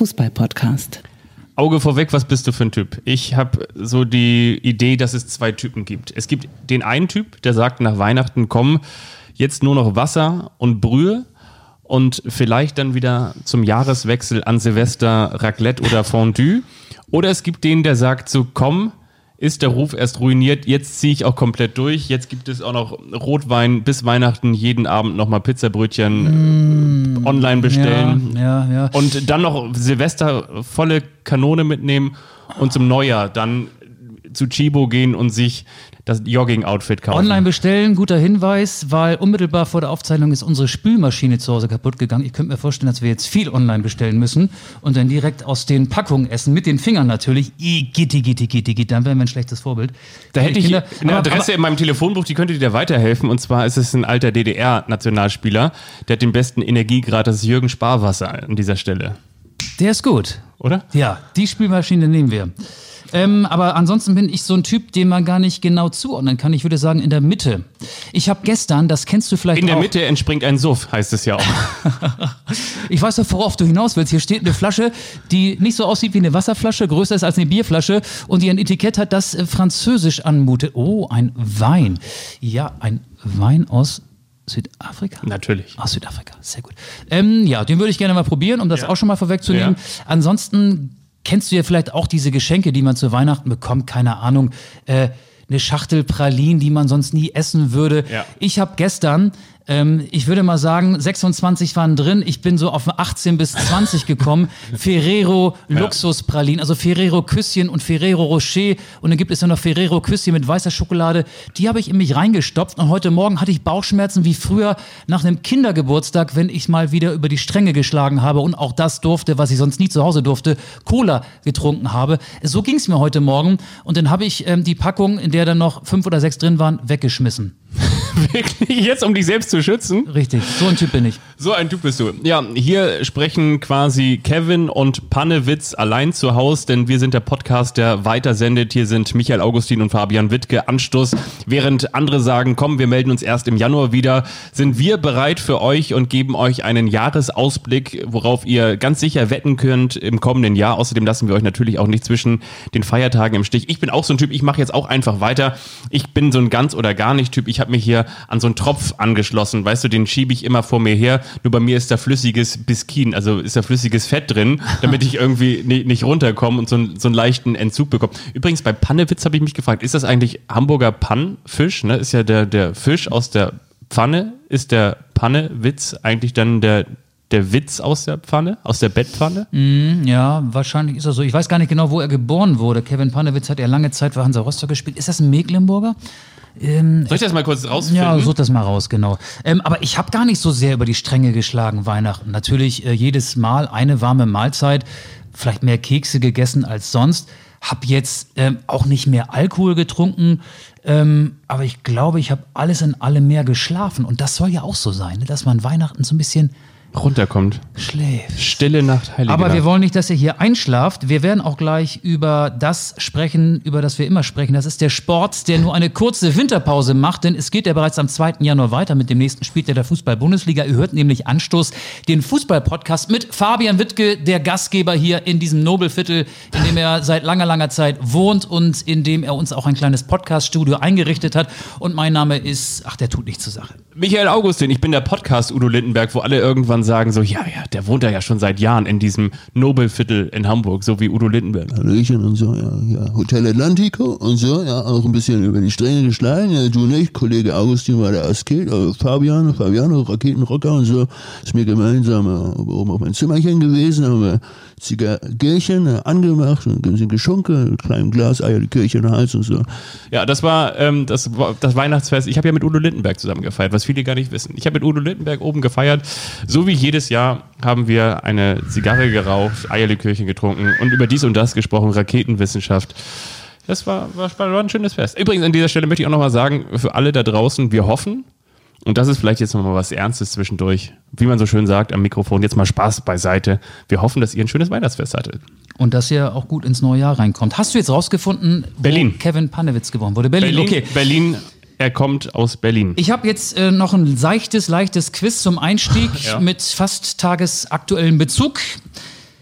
Fußball-Podcast. Auge vorweg, was bist du für ein Typ? Ich habe so die Idee, dass es zwei Typen gibt. Es gibt den einen Typ, der sagt nach Weihnachten, komm, jetzt nur noch Wasser und Brühe und vielleicht dann wieder zum Jahreswechsel an Silvester Raclette oder Fondue. Oder es gibt den, der sagt so, komm, ist der Ruf erst ruiniert, jetzt ziehe ich auch komplett durch, jetzt gibt es auch noch Rotwein bis Weihnachten, jeden Abend nochmal Pizzabrötchen online bestellen Ja. und dann noch Silvester volle Kanone mitnehmen und zum Neujahr dann zu Chibo gehen und sich das Jogging-Outfit kaufen. Online bestellen, guter Hinweis, weil unmittelbar vor der Aufzeichnung ist unsere Spülmaschine zu Hause kaputt gegangen. Ich könnte mir vorstellen, dass wir jetzt viel online bestellen müssen und dann direkt aus den Packungen essen, mit den Fingern natürlich. Gitti, dann wären wir ein schlechtes Vorbild. Da hätte ich eine Adresse in meinem Telefonbuch, die könnte dir weiterhelfen. Und zwar ist es ein alter DDR-Nationalspieler, der hat den besten Energiegrad, das ist Jürgen Sparwasser an dieser Stelle. Der ist gut. Oder? Ja, die Spülmaschine nehmen wir. Aber ansonsten bin ich so ein Typ, den man gar nicht genau zuordnen kann. Ich würde sagen, in der Mitte. Ich habe gestern, das kennst du vielleicht auch. In der Mitte entspringt ein Suff, heißt es ja auch. Ich weiß doch, worauf du hinaus willst. Hier steht eine Flasche, die nicht so aussieht wie eine Wasserflasche, größer ist als eine Bierflasche und die ein Etikett hat, das französisch anmutet. Oh, ein Wein. Ja, ein Wein aus Südafrika? Natürlich. Aus Südafrika, sehr gut. Ja, den würde ich gerne mal probieren, um das auch schon mal vorwegzunehmen. Ja. Ansonsten kennst du ja vielleicht auch diese Geschenke, die man zu Weihnachten bekommt, keine Ahnung, eine Schachtel Pralinen, die man sonst nie essen würde. Ja. Ich habe gestern, ich würde mal sagen, 26 waren drin, ich bin so auf 18 bis 20 gekommen, Ferrero Luxuspralinen, also Ferrero Küsschen und Ferrero Rocher und dann gibt es ja noch Ferrero Küsschen mit weißer Schokolade, die habe ich in mich reingestopft und heute Morgen hatte ich Bauchschmerzen wie früher nach einem Kindergeburtstag, wenn ich mal wieder über die Stränge geschlagen habe und auch das durfte, was ich sonst nie zu Hause durfte, Cola getrunken habe. So ging es mir heute Morgen und dann habe ich die Packung, in der dann noch 5 oder 6 drin waren, weggeschmissen. Wirklich? Jetzt, um dich selbst zu schützen? Richtig, so ein Typ bin ich. So ein Typ bist du. Ja, hier sprechen quasi Kevin und Pannewitz allein zu Hause, denn wir sind der Podcast, der weitersendet. Hier sind Michael Augustin und Fabian Wittke. Anstoß. Während andere sagen, komm, wir melden uns erst im Januar wieder, sind wir bereit für euch und geben euch einen Jahresausblick, worauf ihr ganz sicher wetten könnt im kommenden Jahr. Außerdem lassen wir euch natürlich auch nicht zwischen den Feiertagen im Stich. Ich bin auch so ein Typ, ich mache jetzt auch einfach weiter. Ich bin so ein ganz oder gar nicht Typ. Ich habe mich hier an so einen Tropf angeschlossen, weißt du, den schiebe ich immer vor mir her, nur bei mir ist da flüssiges Biskin, also ist da flüssiges Fett drin, damit ich irgendwie nicht runterkomme und so einen leichten Entzug bekomme. Übrigens, bei Pannewitz habe ich mich gefragt, ist das eigentlich Hamburger Pannfisch, ne? Ist ja der Fisch aus der Pfanne, ist der Pannewitz eigentlich dann der Witz aus der Pfanne, aus der Bettpfanne? Ja, wahrscheinlich ist er so. Ich weiß gar nicht genau, wo er geboren wurde. Kevin Pannewitz hat ja lange Zeit für Hansa Rostock gespielt. Ist das ein Mecklenburger? Soll ich das mal kurz rausfinden? Ja, such das mal raus, genau. Aber ich habe gar nicht so sehr über die Stränge geschlagen Weihnachten. Natürlich jedes Mal eine warme Mahlzeit, vielleicht mehr Kekse gegessen als sonst. Hab jetzt auch nicht mehr Alkohol getrunken, aber ich glaube, ich habe alles in allem mehr geschlafen. Und das soll ja auch so sein, ne? Dass man Weihnachten so ein bisschen runterkommt. Schläft. Stille Nacht, heilige Aber Nacht. wir wollen nicht, dass ihr hier einschlaft. Wir werden auch gleich über das sprechen, über das wir immer sprechen. Das ist der Sport, der nur eine kurze Winterpause macht, denn es geht ja bereits am 2. Januar weiter mit dem nächsten Spiel der Fußball-Bundesliga. Ihr hört nämlich Anstoß, den Fußball-Podcast mit Fabian Wittke, der Gastgeber hier in diesem Nobelviertel, in dem er seit langer, langer Zeit wohnt und in dem er uns auch ein kleines Podcast-Studio eingerichtet hat. Und mein Name ist, der tut nichts zur Sache. Michael Augustin, ich bin der Podcast Udo Lindenberg, wo alle irgendwann sagen so, ja, der wohnt da ja schon seit Jahren in diesem Nobelviertel in Hamburg, so wie Udo Lindenberg. Hallöchen und so, ja. Hotel Atlantico und so, ja, auch ein bisschen über die Stränge geschlagen. Ja, du nicht, Kollege Augustin war der Asket, Fabiano, Raketenrocker und so, ist mir gemeinsam oben auf mein Zimmerchen gewesen, haben wir Zigarrchen angemacht und ein bisschen geschunken, mit kleinem Glas Eierlikörchen in den Hals und so. Ja, das war das Weihnachtsfest. Ich habe ja mit Udo Lindenberg zusammen gefeiert, was viele gar nicht wissen. Ich habe mit Udo Lindenberg oben gefeiert. So wie jedes Jahr haben wir eine Zigarre geraucht, Eierlikörchen getrunken und über dies und das gesprochen, Raketenwissenschaft. Das war ein schönes Fest. Übrigens an dieser Stelle möchte ich auch nochmal sagen, für alle da draußen, wir hoffen, und das ist vielleicht jetzt nochmal was Ernstes zwischendurch, wie man so schön sagt am Mikrofon, jetzt mal Spaß beiseite. Wir hoffen, dass ihr ein schönes Weihnachtsfest hattet. Und dass ihr auch gut ins neue Jahr reinkommt. Hast du jetzt rausgefunden, wo Berlin. Kevin Pannewitz geboren wurde? Berlin, okay. Berlin, er kommt aus Berlin. Ich habe jetzt noch ein leichtes Quiz zum Einstieg mit fast tagesaktuellem Bezug.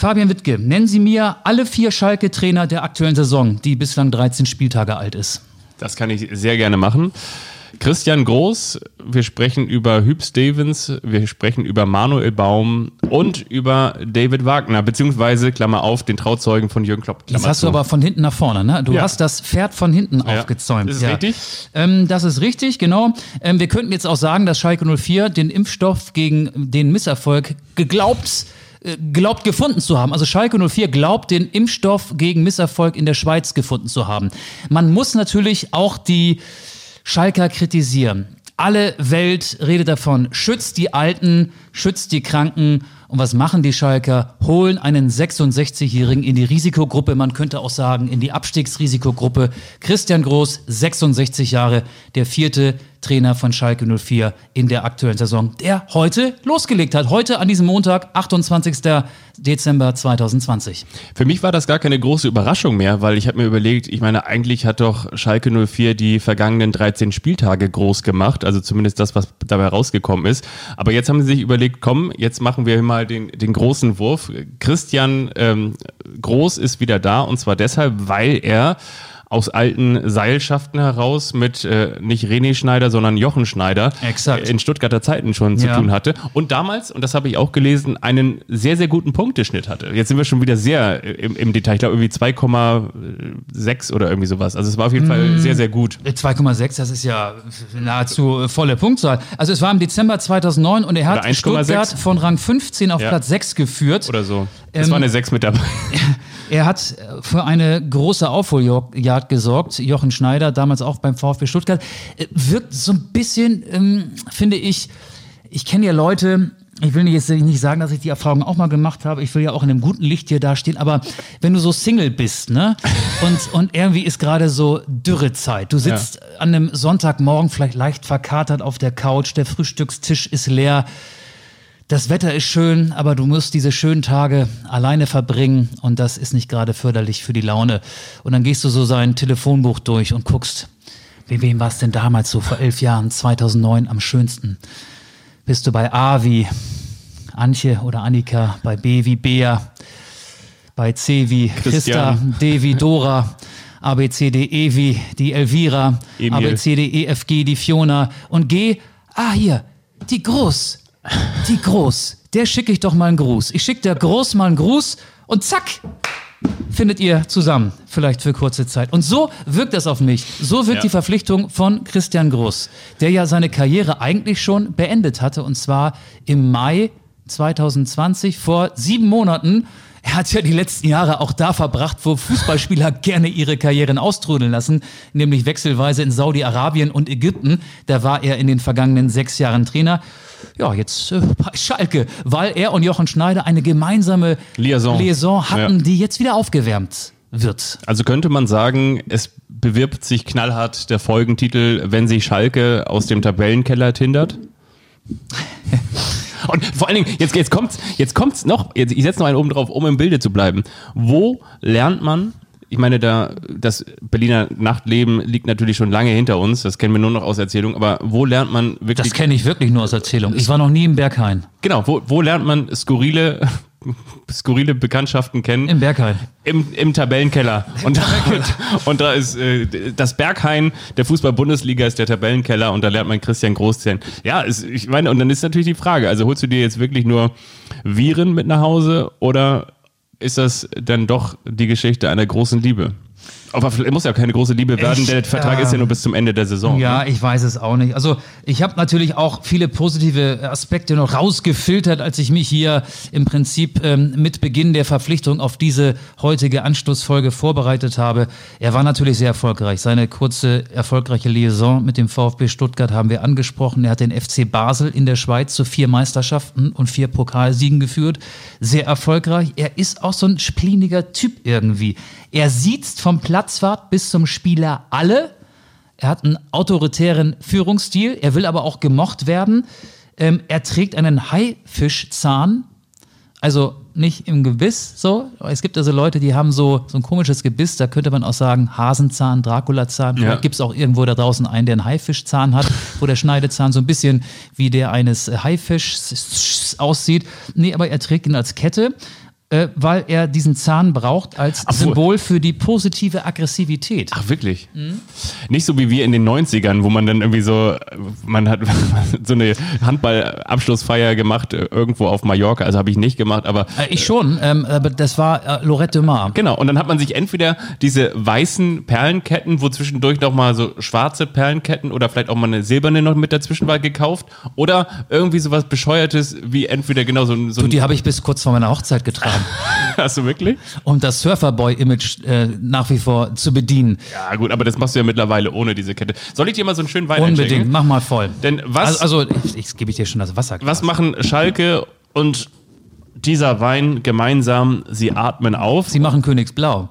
Fabian Wittke, nennen Sie mir alle 4 Schalke-Trainer der aktuellen Saison, die bislang 13 Spieltage alt ist. Das kann ich sehr gerne machen. Christian Groß, wir sprechen über Hüb Stevens, wir sprechen über Manuel Baum und über David Wagner, beziehungsweise, Klammer auf, den Trauzeugen von Jürgen Klopp. Das hast du aber von hinten nach vorne, ne? Du hast das Pferd von hinten aufgezäumt. Ist es richtig? Das ist richtig, genau. Wir könnten jetzt auch sagen, dass Schalke 04 den Impfstoff gegen den Misserfolg glaubt gefunden zu haben. Also Schalke 04 glaubt, den Impfstoff gegen Misserfolg in der Schweiz gefunden zu haben. Man muss natürlich auch die Schalker kritisieren. Alle Welt redet davon, schützt die Alten, schützt die Kranken. Und was machen die Schalker? Holen einen 66-Jährigen in die Risikogruppe, man könnte auch sagen in die Abstiegsrisikogruppe. Christian Groß, 66 Jahre, der 4. Trainer von Schalke 04 in der aktuellen Saison, der heute losgelegt hat. Heute an diesem Montag, 28. Dezember 2020. Für mich war das gar keine große Überraschung mehr, weil ich habe mir überlegt, ich meine, eigentlich hat doch Schalke 04 die vergangenen 13 Spieltage groß gemacht, also zumindest das, was dabei rausgekommen ist. Aber jetzt haben sie sich überlegt, komm, jetzt machen wir mal den großen Wurf. Christian Groß ist wieder da, und zwar deshalb, weil er aus alten Seilschaften heraus mit nicht René Schneider, sondern Jochen Schneider in Stuttgarter Zeiten schon zu tun hatte. Und damals, und das habe ich auch gelesen, einen sehr, sehr guten Punkteschnitt hatte. Jetzt sind wir schon wieder sehr im Detail. Ich glaube irgendwie 2,6 oder irgendwie sowas. Also es war auf jeden Fall sehr, sehr gut. 2,6, das ist ja nahezu volle Punktzahl. Also es war im Dezember 2009 und er hat Stuttgart von Rang 15 auf Platz 6 geführt. Oder so. Es war eine 6 mit dabei. Er hat für eine große Aufholjagd gesorgt. Jochen Schneider, damals auch beim VfB Stuttgart, wirkt so ein bisschen, finde ich kenne ja Leute, ich will jetzt nicht sagen, dass ich die Erfahrung auch mal gemacht habe, ich will ja auch in einem guten Licht hier dastehen, aber wenn du so Single bist, ne, und irgendwie ist gerade so Dürrezeit, du sitzt an einem Sonntagmorgen vielleicht leicht verkatert auf der Couch, der Frühstückstisch ist leer, das Wetter ist schön, aber du musst diese schönen Tage alleine verbringen und das ist nicht gerade förderlich für die Laune. Und dann gehst du so sein Telefonbuch durch und guckst, wem war es denn damals so vor 11 Jahren, 2009 am schönsten? Bist du bei A wie Antje oder Annika, bei B wie Bea, bei C wie Christa, D wie Dora, A, B, C, D, E wie die Elvira, Emil. A, B, C, D, E, F, G die Fiona und G, hier, die Groß, der schicke ich doch mal einen Gruß. Ich schicke der Groß mal einen Gruß und zack, findet ihr zusammen, vielleicht für kurze Zeit. Und so wirkt das auf mich. So wirkt die Verpflichtung von Christian Groß, der ja seine Karriere eigentlich schon beendet hatte, und zwar im Mai 2020, vor 7 Monaten. Er hat ja die letzten Jahre auch da verbracht, wo Fußballspieler gerne ihre Karrieren austrudeln lassen, nämlich wechselweise in Saudi-Arabien und Ägypten. Da war er in den vergangenen 6 Jahren Trainer. Ja, jetzt bei Schalke, weil er und Jochen Schneider eine gemeinsame Liaison hatten, die jetzt wieder aufgewärmt wird. Also könnte man sagen, es bewirbt sich knallhart der Folgentitel, wenn sich Schalke aus dem Tabellenkeller tindert? Und vor allen Dingen, jetzt kommt's noch, ich setze noch einen oben drauf, um im Bilde zu bleiben. Wo lernt man, ich meine, das Berliner Nachtleben liegt natürlich schon lange hinter uns, das kennen wir nur noch aus Erzählung, aber wo lernt man wirklich... Das kenne ich wirklich nur aus Erzählung. Ich war noch nie im Berghain. Genau, wo lernt man skurrile Bekanntschaften kennen? Im Berghain. Im Tabellenkeller. Und da ist das Berghain der Fußball-Bundesliga ist der Tabellenkeller und da lernt man Christian Groß kennen. Ja, ich meine, und dann ist natürlich die Frage, also holst du dir jetzt wirklich nur Viren mit nach Hause oder ist das dann doch die Geschichte einer großen Liebe? Aber es muss ja keine große Liebe werden, der Vertrag ist ja nur bis zum Ende der Saison. Ja, ne? Ich weiß es auch nicht. Also ich habe natürlich auch viele positive Aspekte noch rausgefiltert, als ich mich hier im Prinzip mit Beginn der Verpflichtung auf diese heutige Anschlussfolge vorbereitet habe. Er war natürlich sehr erfolgreich. Seine kurze, erfolgreiche Liaison mit dem VfB Stuttgart haben wir angesprochen. Er hat den FC Basel in der Schweiz zu 4 Meisterschaften und 4 Pokalsiegen geführt. Sehr erfolgreich. Er ist auch so ein spleeniger Typ irgendwie. Er siezt vom Platzwart bis zum Spieler alle. Er hat einen autoritären Führungsstil. Er will aber auch gemocht werden. Er trägt einen Haifischzahn. Also nicht im Gebiss so. Es gibt also Leute, die haben so ein komisches Gebiss. Da könnte man auch sagen Hasenzahn, Dracula-Zahn. Ja. Gibt es auch irgendwo da draußen einen, der einen Haifischzahn hat, wo der Schneidezahn so ein bisschen wie der eines Haifischs aussieht. Nee, aber er trägt ihn als Kette. weil er diesen Zahn braucht als Symbol für die positive Aggressivität. Ach, wirklich? Nicht so wie wir in den 90ern, wo man dann irgendwie so, man hat so eine Handballabschlussfeier gemacht, irgendwo auf Mallorca, also habe ich nicht gemacht, aber... Ich schon, aber das war Lorette de Mar. Genau, und dann hat man sich entweder diese weißen Perlenketten, wo zwischendurch noch mal so schwarze Perlenketten oder vielleicht auch mal eine silberne noch mit dazwischen war gekauft, oder irgendwie sowas Bescheuertes wie entweder genau so ein... Die habe ich bis kurz vor meiner Hochzeit getragen. Hast du wirklich? Um das Surferboy-Image nach wie vor zu bedienen. Ja gut, aber das machst du ja mittlerweile ohne diese Kette. Soll ich dir mal so einen schönen Wein Unbedingt, einschenken? mach mal voll. Denn was... Also ich gebe dir schon das Wasser. Was machen Schalke und dieser Wein gemeinsam? Sie atmen auf. Sie machen Königsblau.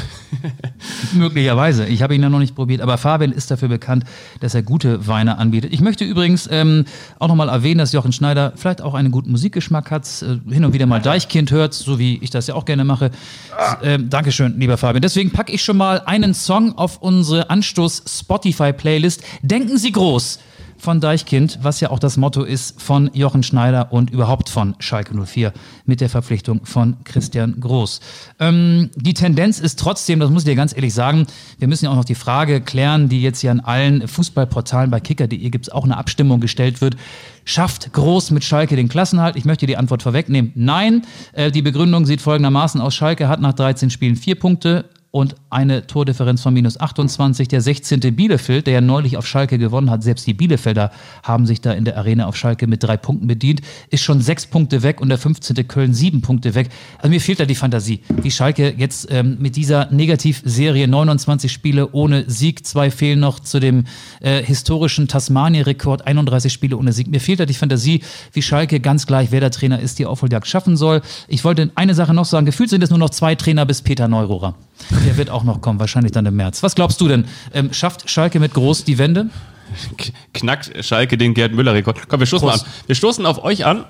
Möglicherweise. Ich habe ihn ja noch nicht probiert, aber Fabian ist dafür bekannt, dass er gute Weine anbietet. Ich möchte übrigens auch nochmal erwähnen, dass Jochen Schneider vielleicht auch einen guten Musikgeschmack hat, hin und wieder mal Deichkind hört, so wie ich das ja auch gerne mache. Dankeschön, lieber Fabian. Deswegen packe ich schon mal einen Song auf unsere Anstoß-Spotify-Playlist. Denken Sie groß von Deichkind, was ja auch das Motto ist von Jochen Schneider und überhaupt von Schalke 04 mit der Verpflichtung von Christian Groß. Die Tendenz ist trotzdem, das muss ich dir ganz ehrlich sagen, wir müssen ja auch noch die Frage klären, die jetzt hier an allen Fußballportalen bei kicker.de gibt es auch eine Abstimmung gestellt wird. Schafft Groß mit Schalke den Klassenerhalt? Ich möchte die Antwort vorwegnehmen. Nein, die Begründung sieht folgendermaßen aus. Schalke hat nach 13 Spielen 4 Punkte und eine Tordifferenz von minus 28. Der 16. Bielefeld, der ja neulich auf Schalke gewonnen hat, selbst die Bielefelder haben sich da in der Arena auf Schalke mit 3 Punkten bedient, ist schon 6 Punkte weg und der 15. Köln 7 Punkte weg. Also mir fehlt da die Fantasie, wie Schalke jetzt mit dieser Negativserie 29 Spiele ohne Sieg, 2 fehlen noch zu dem historischen Tasmania-Rekord, 31 Spiele ohne Sieg. Mir fehlt da die Fantasie, wie Schalke, ganz gleich, wer der Trainer ist, die Aufholjagd schaffen soll. Ich wollte eine Sache noch sagen, gefühlt sind es nur noch 2 Trainer bis Peter Neururer. Der wird auch noch kommen, wahrscheinlich dann im März. Was glaubst du denn? Schafft Schalke mit Groß die Wende? Knackt Schalke den Gerd Müller-Rekord? Komm, wir stoßen mal an. Wir stoßen auf euch an.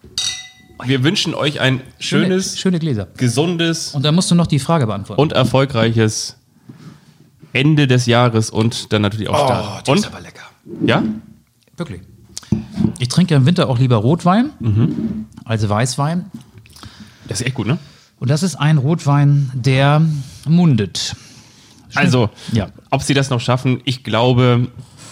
Wir wünschen euch ein schönes, schöne Gläser, gesundes und dann musst du noch die Frage beantworten. Und erfolgreiches Ende des Jahres und dann natürlich auch Start. Das ist aber lecker. Ja? Wirklich. Ich trinke ja im Winter auch lieber Rotwein als Weißwein. Das ist echt gut, ne? Und das ist ein Rotwein, der mundet. Also, ja. Ob sie das noch schaffen, ich glaube,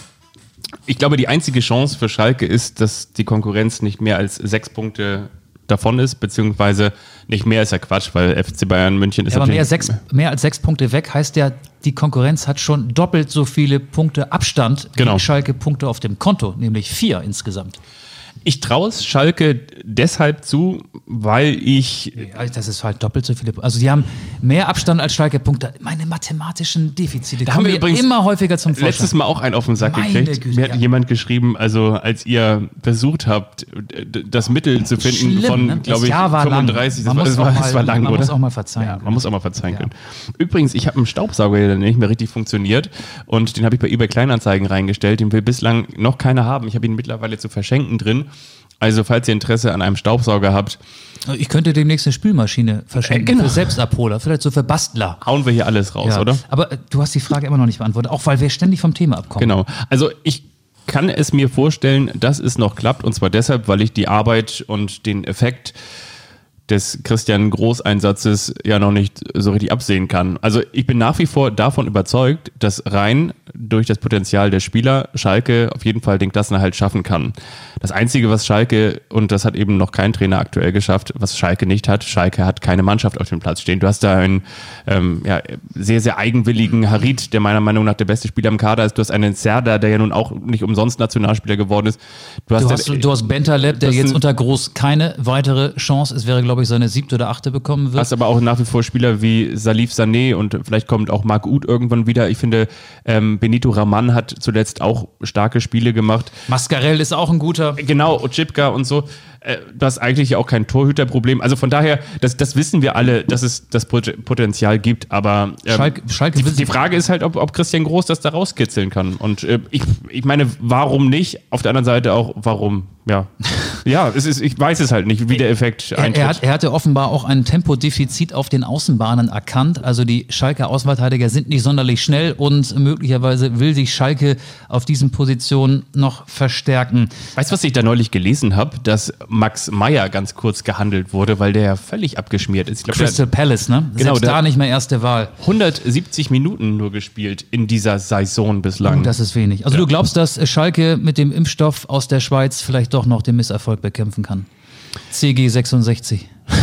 die einzige Chance für Schalke ist, dass die Konkurrenz nicht mehr als 6 Punkte davon ist, beziehungsweise nicht mehr ist ja Quatsch, weil FC Bayern München ist aber natürlich... mehr als 6 Punkte weg heißt ja, die Konkurrenz hat schon doppelt so viele Punkte Abstand wie Schalke Punkte auf dem Konto, nämlich 4 insgesamt. Ich traue es Schalke deshalb zu, weil ich... Das ist halt doppelt so viele. Also die haben mehr Abstand als Schalke Punkte. Meine mathematischen Defizite da haben wir übrigens immer häufiger zum Vorschein. Letztes Mal auch einen auf den Sack gekriegt. Güte, Mir hat jemand geschrieben, also als ihr versucht habt, das Mittel zu finden von, glaube ich, 35. Das war lang, oder? Man muss auch mal verzeihen können. Man muss auch mal verzeihen können. Übrigens, ich habe einen Staubsauger, der nicht mehr richtig funktioniert und den habe ich bei eBay Kleinanzeigen reingestellt. Den will bislang noch keiner haben. Ich habe ihn mittlerweile zu verschenken drin. Also falls ihr Interesse an einem Staubsauger habt. Ich könnte demnächst eine Spülmaschine verschenken für Selbstabholer, vielleicht so für Bastler. Hauen wir hier alles raus, oder? Aber du hast die Frage immer noch nicht beantwortet, auch weil wir ständig vom Thema abkommen. Genau, also ich kann es mir vorstellen, dass es noch klappt, und zwar deshalb, weil ich die Arbeit und den Effekt des Christian Groß-Einsatzes ja noch nicht so richtig absehen kann. Also ich bin nach wie vor davon überzeugt, dass rein durch das Potenzial der Spieler Schalke auf jeden Fall den Klassenerhalt schaffen kann. Das Einzige, was Schalke, und das hat eben noch kein Trainer aktuell geschafft, was Schalke nicht hat, Schalke hat keine Mannschaft auf dem Platz stehen. Du hast da einen sehr, sehr eigenwilligen Harit, der meiner Meinung nach der beste Spieler im Kader ist. Du hast einen Serdar, der ja nun auch nicht umsonst Nationalspieler geworden ist. Du hast Bentaleb, der jetzt unter Groß keine weitere Chance, es wäre glaube ich seine 7. oder 8. bekommen wird. Du hast aber auch nach wie vor Spieler wie Salif Sané und vielleicht kommt auch Marc Uth irgendwann wieder. Ich finde, Benito Raman hat zuletzt auch starke Spiele gemacht. Mascarell ist auch ein guter. Genau, Otschipka und so. Du hast eigentlich auch kein Torhüterproblem. Also von daher, das wissen wir alle, dass es das Potenzial gibt. Aber Schalke die Frage ist halt, ob Christian Groß das da rauskitzeln kann. Und ich meine, warum nicht? Auf der anderen Seite auch, warum? Ja. Ja, ich weiß es halt nicht, wie der Effekt eintritt. Er hatte offenbar auch ein Tempodefizit auf den Außenbahnen erkannt. Also die Schalker Außenverteidiger sind nicht sonderlich schnell und möglicherweise will sich Schalke auf diesen Positionen noch verstärken. Weißt du, was ich da neulich gelesen habe? Dass Max Meyer ganz kurz gehandelt wurde, weil der ja völlig abgeschmiert ist. Ich glaub, Crystal Palace, ne? Genau, Selbst da nicht mehr erste Wahl. 170 Minuten nur gespielt in dieser Saison bislang. Das ist wenig. Also du glaubst, dass Schalke mit dem Impfstoff aus der Schweiz vielleicht doch noch den Misserfolg bekämpfen kann? CG66.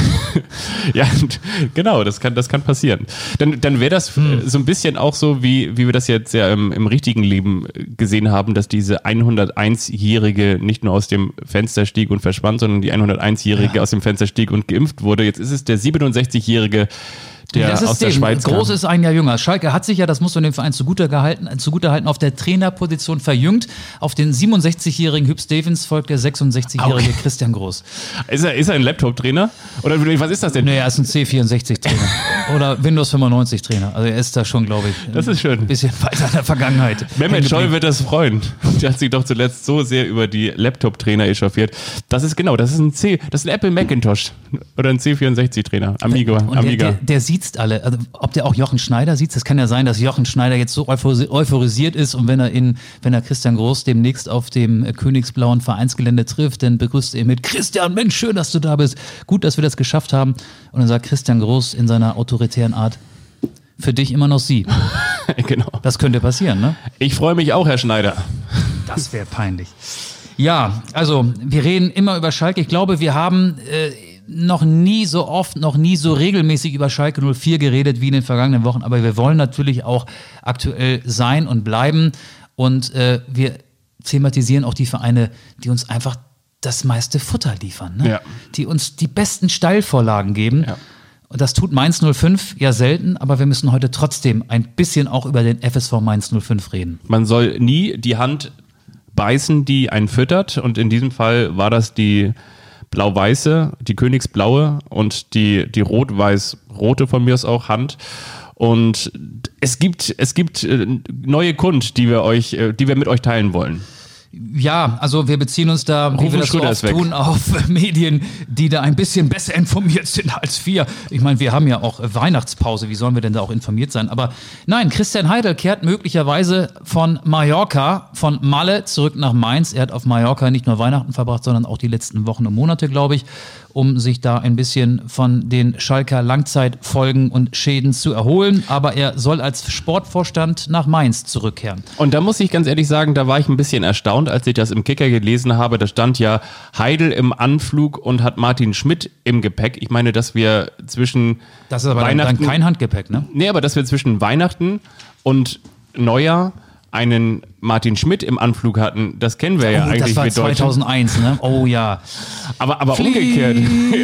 Ja, genau, das kann passieren. Dann wäre das so ein bisschen auch so, wie wir das jetzt ja im richtigen Leben gesehen haben, dass diese 101-Jährige nicht nur aus dem Fenster stieg und verschwand, sondern die 101-Jährige aus dem Fenster stieg und geimpft wurde. Jetzt ist es der 67-Jährige, der aus der Schweiz kam. Groß ist ein Jahr jünger. Schalke hat sich ja, das muss man dem Verein zugutehalten, auf der Trainerposition verjüngt. Auf den 67-jährigen Hüb Stevens folgt der 66-jährige Christian Groß. Ist er ein Laptop-Trainer? Oder was ist das denn? Nee, er ist ein C64-Trainer. Oder Windows 95-Trainer. Also er ist da schon, glaube ich, das ist schön. Ein bisschen weiter in der Vergangenheit. Mehmet Scholl wird das freuen. Der hat sich doch zuletzt so sehr über die Laptop-Trainer echauffiert. Das ist ein Apple Macintosh oder ein C64-Trainer. Amiga. Der sieht alle. Also, ob der auch Jochen Schneider sieht, das kann ja sein, dass Jochen Schneider jetzt so euphorisiert ist und wenn er Christian Groß demnächst auf dem königsblauen Vereinsgelände trifft, dann begrüßt er ihn mit: Christian, Mensch, schön, dass du da bist. Gut, dass wir das geschafft haben. Und dann sagt Christian Groß in seiner autoritären Art: Für dich immer noch Sie. Genau. Das könnte passieren, ne? Ich freue mich auch, Herr Schneider. Das wäre peinlich. Ja, also wir reden immer über Schalke. Ich glaube, wir haben noch nie so oft, noch nie so regelmäßig über Schalke 04 geredet wie in den vergangenen Wochen. Aber wir wollen natürlich auch aktuell sein und bleiben. Und wir thematisieren auch die Vereine, die uns einfach das meiste Futter liefern. Ne? Ja. Die uns die besten Steilvorlagen geben. Ja. Und das tut Mainz 05 ja selten, aber wir müssen heute trotzdem ein bisschen auch über den FSV Mainz 05 reden. Man soll nie die Hand beißen, die einen füttert. Und in diesem Fall war das die blau-weiße, die Königsblaue und die rot-weiß-rote von mir aus auch Hand. Und es gibt neue Kund, die wir mit euch teilen wollen. Ja, also wir beziehen uns da, wie wir das so oft tun, auf Medien, die da ein bisschen besser informiert sind als wir. Ich meine, wir haben ja auch Weihnachtspause, wie sollen wir denn da auch informiert sein? Aber nein, Christian Heidel kehrt möglicherweise von Mallorca, von Malle zurück nach Mainz. Er hat auf Mallorca nicht nur Weihnachten verbracht, sondern auch die letzten Wochen und Monate, glaube ich, um sich da ein bisschen von den Schalker Langzeitfolgen und Schäden zu erholen. Aber er soll als Sportvorstand nach Mainz zurückkehren. Und da muss ich ganz ehrlich sagen, da war ich ein bisschen erstaunt, als ich das im Kicker gelesen habe. Da stand ja Heidel im Anflug und hat Martin Schmidt im Gepäck. Ich meine, dass wir zwischen Das ist aber dann kein Handgepäck, ne? Nee, aber dass wir zwischen Weihnachten und Neujahr einen Martin Schmidt im Anflug hatten, das kennen wir ja eigentlich. Das war 2001, ne? Oh ja. Aber umgekehrt.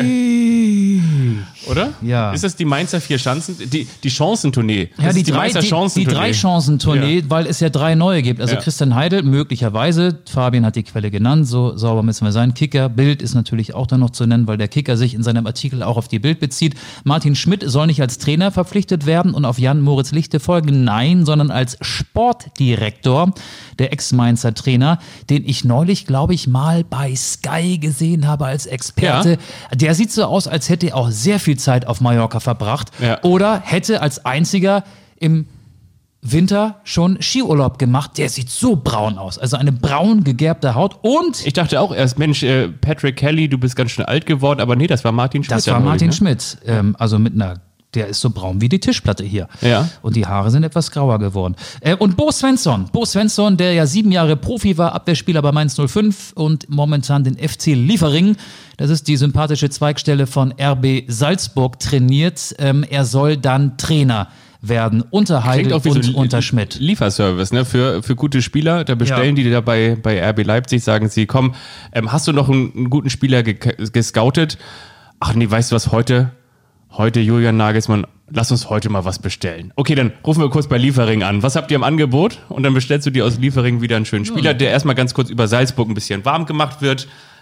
Oder? Ja. Ist das die Mainzer Schanzen? Die Chancentournee. Ja, die drei Chancentournee, weil es ja 3 neue gibt. Also Christian Heidel möglicherweise, Fabian hat die Quelle genannt, so sauber müssen wir sein. Kicker, Bild ist natürlich auch dann noch zu nennen, weil der Kicker sich in seinem Artikel auch auf die Bild bezieht. Martin Schmidt soll nicht als Trainer verpflichtet werden und auf Jan-Moritz Lichte folgen, nein, sondern als Sportdirektor, der Ex-Mainzer Trainer, den ich neulich, glaube ich, mal bei Sky gesehen habe als Experte. Ja. Der sieht so aus, als hätte er auch sehr viel Zeit auf Mallorca verbracht oder hätte als einziger im Winter schon Skiurlaub gemacht. Der sieht so braun aus. Also eine braun gegerbte Haut und... Ich dachte auch erst, Mensch, Patrick Kelly, du bist ganz schön alt geworden, aber nee, das war Martin Schmidt. Das war Martin Schmidt. Also mit einer... Der ist so braun wie die Tischplatte hier. Ja. Und die Haare sind etwas grauer geworden. Und Bo Svensson, der ja 7 Jahre Profi war, Abwehrspieler bei Mainz 05 und momentan den FC Liefering, das ist die sympathische Zweigstelle von RB Salzburg, trainiert. Er soll dann Trainer werden, unter Heidel und so unter Schmidt. Lieferservice, ne? Für gute Spieler, da bestellen die da bei RB Leipzig, sagen sie, komm, hast du noch einen guten Spieler gescoutet? Ach nee, weißt du was, heute Julian Nagelsmann, lass uns heute mal was bestellen. Okay, dann rufen wir kurz bei Liefering an. Was habt ihr im Angebot? Und dann bestellst du dir aus Liefering wieder einen schönen Spieler, der erstmal ganz kurz über Salzburg ein bisschen warm gemacht wird.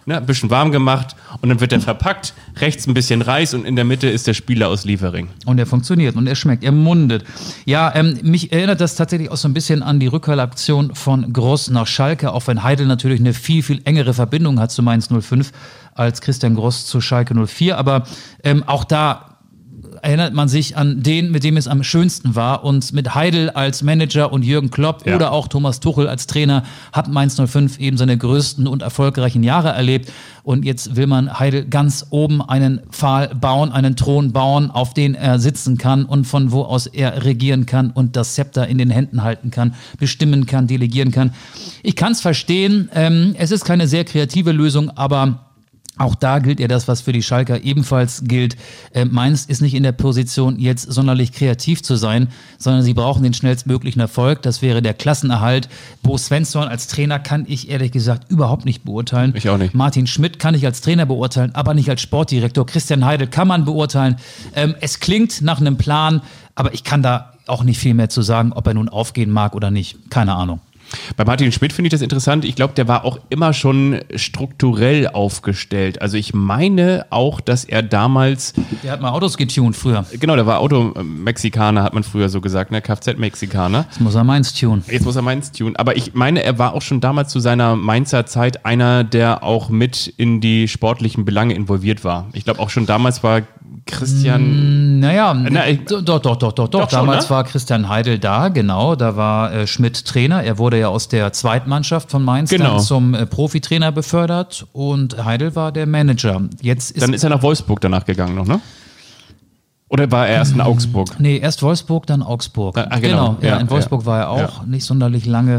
ne, ein bisschen warm gemacht und dann wird er verpackt, rechts ein bisschen Reis und in der Mitte ist der Spieler aus Liefering. Und er funktioniert und er schmeckt, er mundet. Ja, mich erinnert das tatsächlich auch so ein bisschen an die Rückkehrraktion von Gross nach Schalke, auch wenn Heidel natürlich eine viel, viel engere Verbindung hat zu Mainz 05 als Christian Gross zu Schalke 04. Aber auch da erinnert man sich an den, mit dem es am schönsten war. Und mit Heidel als Manager und Jürgen Klopp oder auch Thomas Tuchel als Trainer hat Mainz 05 eben seine größten und erfolgreichen Jahre erlebt. Und jetzt will man Heidel ganz oben einen Pfahl bauen, einen Thron bauen, auf den er sitzen kann und von wo aus er regieren kann und das Zepter in den Händen halten kann, bestimmen kann, delegieren kann. Ich kann es verstehen. Es ist keine sehr kreative Lösung, aber auch da gilt ja das, was für die Schalker ebenfalls gilt. Mainz ist nicht in der Position, jetzt sonderlich kreativ zu sein, sondern sie brauchen den schnellstmöglichen Erfolg. Das wäre der Klassenerhalt. Bo Svensson als Trainer kann ich ehrlich gesagt überhaupt nicht beurteilen. Ich auch nicht. Martin Schmidt kann ich als Trainer beurteilen, aber nicht als Sportdirektor. Christian Heidel kann man beurteilen. Es klingt nach einem Plan, aber ich kann da auch nicht viel mehr zu sagen, ob er nun aufgehen mag oder nicht. Keine Ahnung. Bei Martin Schmidt finde ich das interessant. Ich glaube, der war auch immer schon strukturell aufgestellt. Also ich meine auch, dass er damals... Der hat mal Autos getuned früher. Genau, der war Automexikaner, hat man früher so gesagt, ne? Kfz-Mexikaner. Jetzt muss er Mainz tunen. Jetzt muss er Mainz tunen. Aber ich meine, er war auch schon damals zu seiner Mainzer Zeit einer, der auch mit in die sportlichen Belange involviert war. Ich glaube, auch schon damals war Christian... Doch. Damals war Christian Heidel da, genau. Da war Schmidt Trainer. Er wurde ja aus der Zweitmannschaft von Mainz dann zum Profitrainer befördert und Heidel war der Manager. Dann ist er nach Wolfsburg danach gegangen noch, ne? Oder war er erst in Augsburg? Nee, erst Wolfsburg, dann Augsburg. Genau. Ja, in Wolfsburg war er auch nicht sonderlich lange.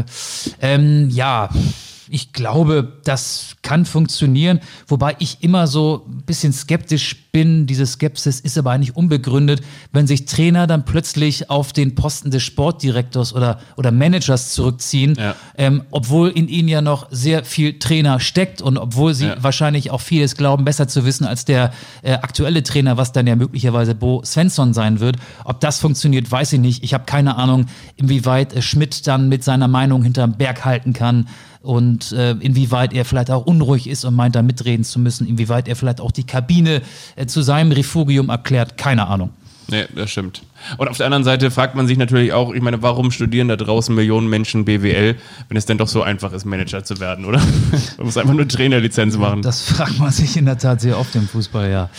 Ich glaube, das kann funktionieren, wobei ich immer so ein bisschen skeptisch bin. Diese Skepsis ist aber eigentlich unbegründet, wenn sich Trainer dann plötzlich auf den Posten des Sportdirektors oder Managers zurückziehen, obwohl in ihnen ja noch sehr viel Trainer steckt und obwohl sie wahrscheinlich auch vieles glauben, besser zu wissen als der aktuelle Trainer, was dann ja möglicherweise Bo Svensson sein wird. Ob das funktioniert, weiß ich nicht. Ich habe keine Ahnung, inwieweit Schmidt dann mit seiner Meinung hinterm Berg halten kann. Und inwieweit er vielleicht auch unruhig ist und meint, da mitreden zu müssen, inwieweit er vielleicht auch die Kabine zu seinem Refugium erklärt, keine Ahnung. Nee, das stimmt. Und auf der anderen Seite fragt man sich natürlich auch, ich meine, warum studieren da draußen Millionen Menschen BWL, wenn es denn doch so einfach ist, Manager zu werden, oder? Man muss einfach nur Trainerlizenz machen. Das fragt man sich in der Tat sehr oft im Fußball, ja.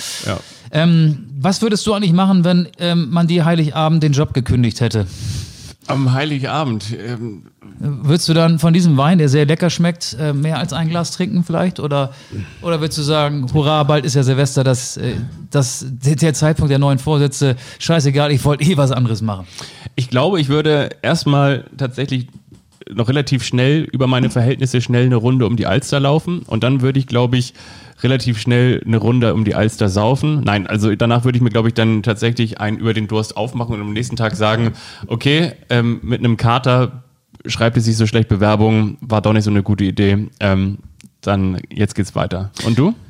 Was würdest du eigentlich machen, wenn man dir Heiligabend den Job gekündigt hätte? Am Heiligabend. Würdest du dann von diesem Wein, der sehr lecker schmeckt, mehr als ein Glas trinken vielleicht? Oder würdest du sagen, hurra, bald ist ja Silvester, der Zeitpunkt der neuen Vorsätze, scheißegal, ich wollte was anderes machen? Ich glaube, ich würde erstmal tatsächlich noch relativ schnell über meine Verhältnisse schnell eine Runde um die Alster laufen und dann würde ich, glaube ich, relativ schnell eine Runde um die Alster saufen. Nein, also danach würde ich mir, glaube ich, dann tatsächlich einen über den Durst aufmachen und am nächsten Tag sagen, okay, mit einem Kater schreibt es sich so schlecht Bewerbung, war doch nicht so eine gute Idee. Dann jetzt geht's weiter. Und du?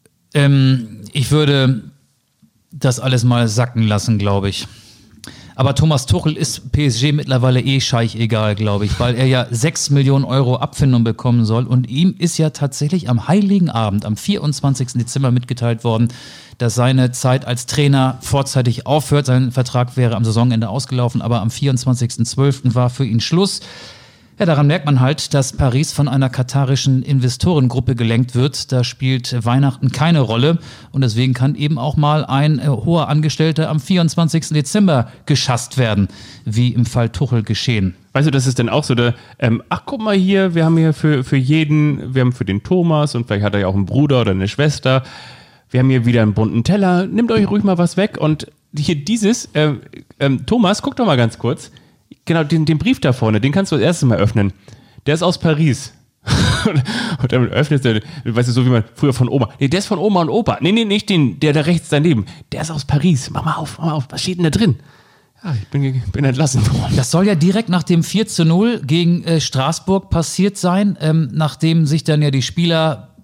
Ich würde das alles mal sacken lassen, glaube ich. Aber Thomas Tuchel ist PSG mittlerweile scheichegal, glaube ich, weil er ja 6 Millionen Euro Abfindung bekommen soll. Und ihm ist ja tatsächlich am Heiligen Abend, am 24. Dezember mitgeteilt worden, dass seine Zeit als Trainer vorzeitig aufhört. Sein Vertrag wäre am Saisonende ausgelaufen, aber am 24.12. war für ihn Schluss. Ja, daran merkt man halt, dass Paris von einer katarischen Investorengruppe gelenkt wird. Da spielt Weihnachten keine Rolle und deswegen kann eben auch mal ein hoher Angestellter am 24. Dezember geschasst werden, wie im Fall Tuchel geschehen. Weißt du, das ist dann auch so der, guck mal hier, wir haben hier für jeden, wir haben für den Thomas und vielleicht hat er ja auch einen Bruder oder eine Schwester, wir haben hier wieder einen bunten Teller, nehmt euch ruhig mal was weg und hier dieses, Thomas, guck doch mal ganz kurz, genau, den Brief da vorne, den kannst du das erste Mal öffnen. Der ist aus Paris. Und dann öffnest du, weißt du, so wie man früher von Oma. Nee, der ist von Oma und Opa. Nee, nicht den, der da rechts daneben. Der ist aus Paris. Mach mal auf. Was steht denn da drin? Ja, ich bin entlassen worden. Das soll ja direkt nach dem 4:0 gegen Straßburg passiert sein, nachdem sich dann ja die Spieler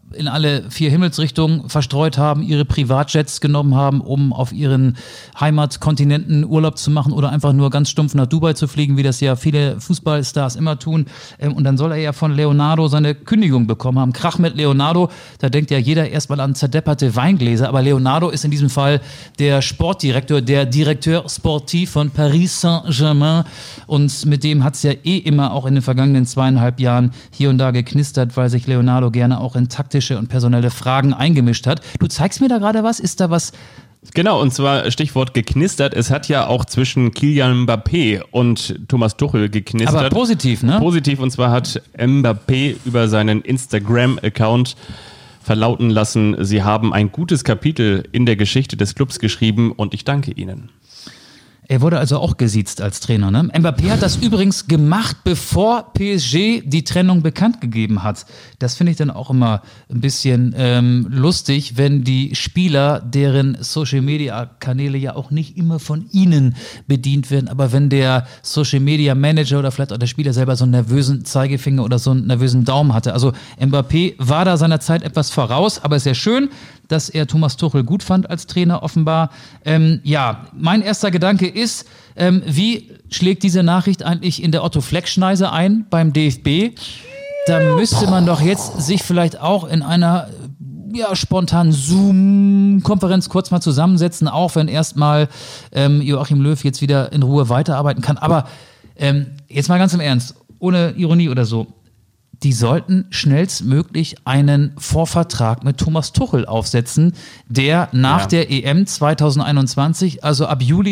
in alle 4 Himmelsrichtungen verstreut haben, ihre Privatjets genommen haben, um auf ihren Heimatkontinenten Urlaub zu machen oder einfach nur ganz stumpf nach Dubai zu fliegen, wie das ja viele Fußballstars immer tun. Und dann soll er ja von Leonardo seine Kündigung bekommen haben. Krach mit Leonardo, da denkt ja jeder erstmal an zerdepperte Weingläser, aber Leonardo ist in diesem Fall der Sportdirektor, der Directeur Sportif von Paris Saint-Germain, und mit dem hat es ja immer auch in den vergangenen 2,5 Jahren hier und da geknistert, weil sich Leonardo gerne auch in taktische und personelle Fragen eingemischt hat. Du zeigst mir da gerade was? Ist da was? Genau, und zwar Stichwort geknistert. Es hat ja auch zwischen Kylian Mbappé und Thomas Tuchel geknistert. Aber positiv, ne? Positiv, und zwar hat Mbappé über seinen Instagram-Account verlauten lassen, sie haben ein gutes Kapitel in der Geschichte des Clubs geschrieben und ich danke ihnen. Er wurde also auch gesiezt als Trainer, ne? Mbappé hat das übrigens gemacht, bevor PSG die Trennung bekannt gegeben hat. Das finde ich dann auch immer ein bisschen lustig, wenn die Spieler, deren Social-Media-Kanäle ja auch nicht immer von ihnen bedient werden, aber wenn der Social-Media-Manager oder vielleicht auch der Spieler selber so einen nervösen Zeigefinger oder so einen nervösen Daumen hatte. Also Mbappé war da seiner Zeit etwas voraus, aber sehr schön, dass er Thomas Tuchel gut fand als Trainer offenbar. Ja, mein erster Gedanke ist, wie schlägt diese Nachricht eigentlich in der Otto-Fleck-Schneise ein beim DFB? Da müsste man doch jetzt sich vielleicht auch in einer spontanen Zoom-Konferenz kurz mal zusammensetzen, auch wenn erstmal Joachim Löw jetzt wieder in Ruhe weiterarbeiten kann. Aber jetzt mal ganz im Ernst, ohne Ironie oder so, die sollten schnellstmöglich einen Vorvertrag mit Thomas Tuchel aufsetzen, der nach der EM 2021, also ab Juli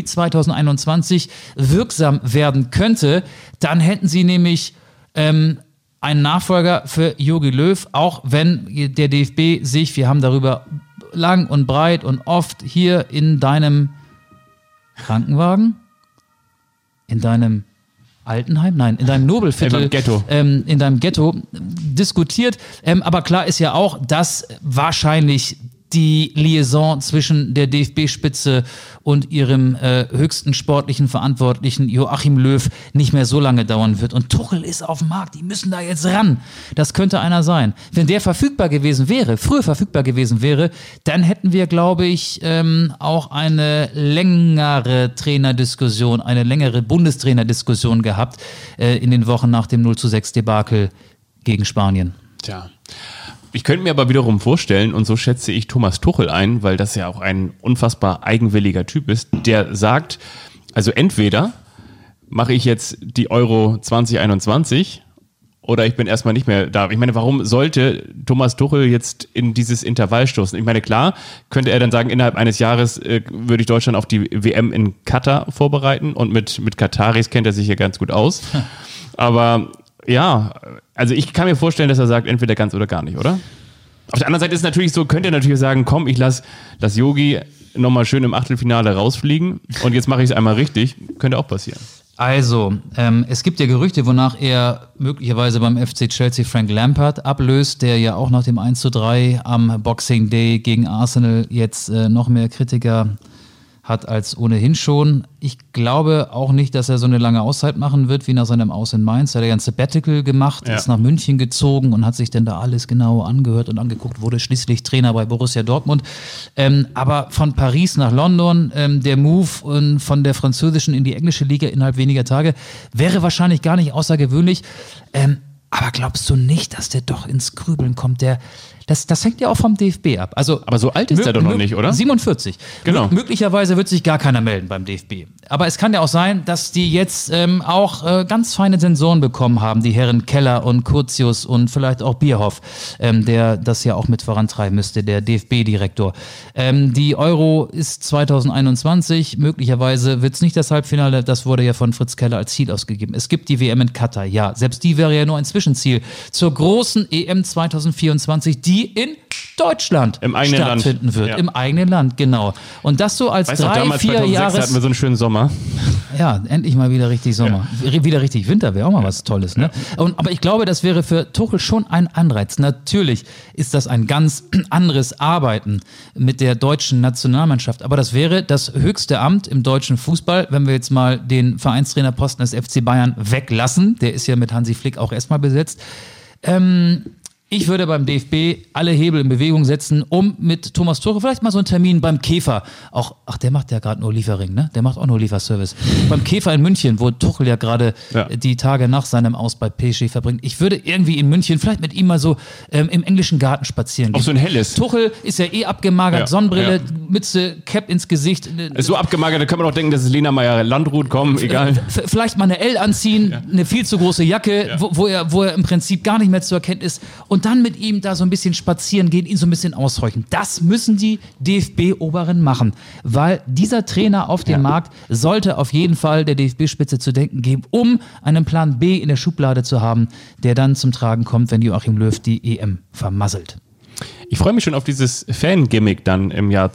2021, wirksam werden könnte. Dann hätten sie nämlich einen Nachfolger für Jogi Löw, auch wenn der DFB sich, wir haben darüber lang und breit und oft hier in deinem Krankenwagen, in deinem Altenheim? Nein, in deinem Nobelviertel, in deinem Ghetto diskutiert. Aber klar ist ja auch, dass wahrscheinlich die Liaison zwischen der DFB-Spitze und ihrem höchsten sportlichen Verantwortlichen Joachim Löw nicht mehr so lange dauern wird. Und Tuchel ist auf dem Markt, die müssen da jetzt ran. Das könnte einer sein. Wenn der früher verfügbar gewesen wäre, dann hätten wir, glaube ich, auch eine längere Trainerdiskussion, eine längere Bundestrainerdiskussion gehabt in den Wochen nach dem 0:6 gegen Spanien. Tja. Ich könnte mir aber wiederum vorstellen, und so schätze ich Thomas Tuchel ein, weil das ja auch ein unfassbar eigenwilliger Typ ist, der sagt, also entweder mache ich jetzt die Euro 2021 oder ich bin erstmal nicht mehr da. Ich meine, warum sollte Thomas Tuchel jetzt in dieses Intervall stoßen? Ich meine, klar, könnte er dann sagen, innerhalb eines Jahres würde ich Deutschland auf die WM in Katar vorbereiten und mit Kataris kennt er sich ja ganz gut aus. Aber ja, also ich kann mir vorstellen, dass er sagt, entweder ganz oder gar nicht, oder? Auf der anderen Seite ist es natürlich so, könnt ihr natürlich sagen, komm, ich lass Yogi nochmal schön im Achtelfinale rausfliegen und jetzt mache ich es einmal richtig. Könnte auch passieren. Also, es gibt ja Gerüchte, wonach er möglicherweise beim FC Chelsea Frank Lampard ablöst, der ja auch nach dem 1:3 am Boxing Day gegen Arsenal jetzt noch mehr Kritiker hat als ohnehin schon. Ich glaube auch nicht, dass er so eine lange Auszeit machen wird, wie nach seinem Aus in Mainz. Er hat ja ein Sabbatical gemacht, ist nach München gezogen und hat sich dann da alles genau angehört und angeguckt, wurde schließlich Trainer bei Borussia Dortmund. Aber von Paris nach London, der Move von der französischen in die englische Liga innerhalb weniger Tage, wäre wahrscheinlich gar nicht außergewöhnlich. Aber glaubst du nicht, dass der doch ins Grübeln kommt? Das hängt ja auch vom DFB ab. Also, aber so alt ist er doch noch nicht, oder? 47. Genau. Möglicherweise wird sich gar keiner melden beim DFB. Aber es kann ja auch sein, dass die jetzt auch ganz feine Sensoren bekommen haben, die Herren Keller und Curtius und vielleicht auch Bierhoff, der das ja auch mit vorantreiben müsste, der DFB-Direktor. Die Euro ist 2021. Möglicherweise wird es nicht das Halbfinale. Das wurde ja von Fritz Keller als Ziel ausgegeben. Es gibt die WM in Katar. Ja, selbst die wäre ja nur ein Zwischenziel zur großen EM 2024, die in Deutschland stattfinden wird. Ja. Im eigenen Land, genau. Und das so als 3-4 Jahre. Hatten wir so einen schönen Sommer. Ja, endlich mal wieder richtig Sommer. Ja. Wieder richtig Winter wäre auch mal was Tolles. Ne? Aber ich glaube, das wäre für Tuchel schon ein Anreiz. Natürlich ist das ein ganz anderes Arbeiten mit der deutschen Nationalmannschaft. Aber das wäre das höchste Amt im deutschen Fußball, wenn wir jetzt mal den Vereinstrainerposten des FC Bayern weglassen. Der ist ja mit Hansi Flick auch erstmal besetzt. Ich würde beim DFB alle Hebel in Bewegung setzen, um mit Thomas Tuchel vielleicht mal so einen Termin beim Käfer, der macht ja gerade nur Liefering, ne? Der macht auch nur Lieferservice. Beim Käfer in München, wo Tuchel ja gerade die Tage nach seinem Aus bei PSG verbringt. Ich würde irgendwie in München vielleicht mit ihm mal so im englischen Garten spazieren gehen. Auf so ein helles. Tuchel ist ja abgemagert, Sonnenbrille, Mütze, Cap ins Gesicht. Ist so abgemagert, da kann man doch denken, das ist Lena Meyer-Landrut, komm, egal. Vielleicht mal eine L anziehen, eine viel zu große Jacke, wo er im Prinzip gar nicht mehr zu erkennen ist. Und dann mit ihm da so ein bisschen spazieren gehen, ihn so ein bisschen aushorchen. Das müssen die DFB-Oberen machen, weil dieser Trainer auf dem Markt sollte auf jeden Fall der DFB-Spitze zu denken geben, um einen Plan B in der Schublade zu haben, der dann zum Tragen kommt, wenn Joachim Löw die EM vermasselt. Ich freue mich schon auf dieses Fan-Gimmick dann im Jahr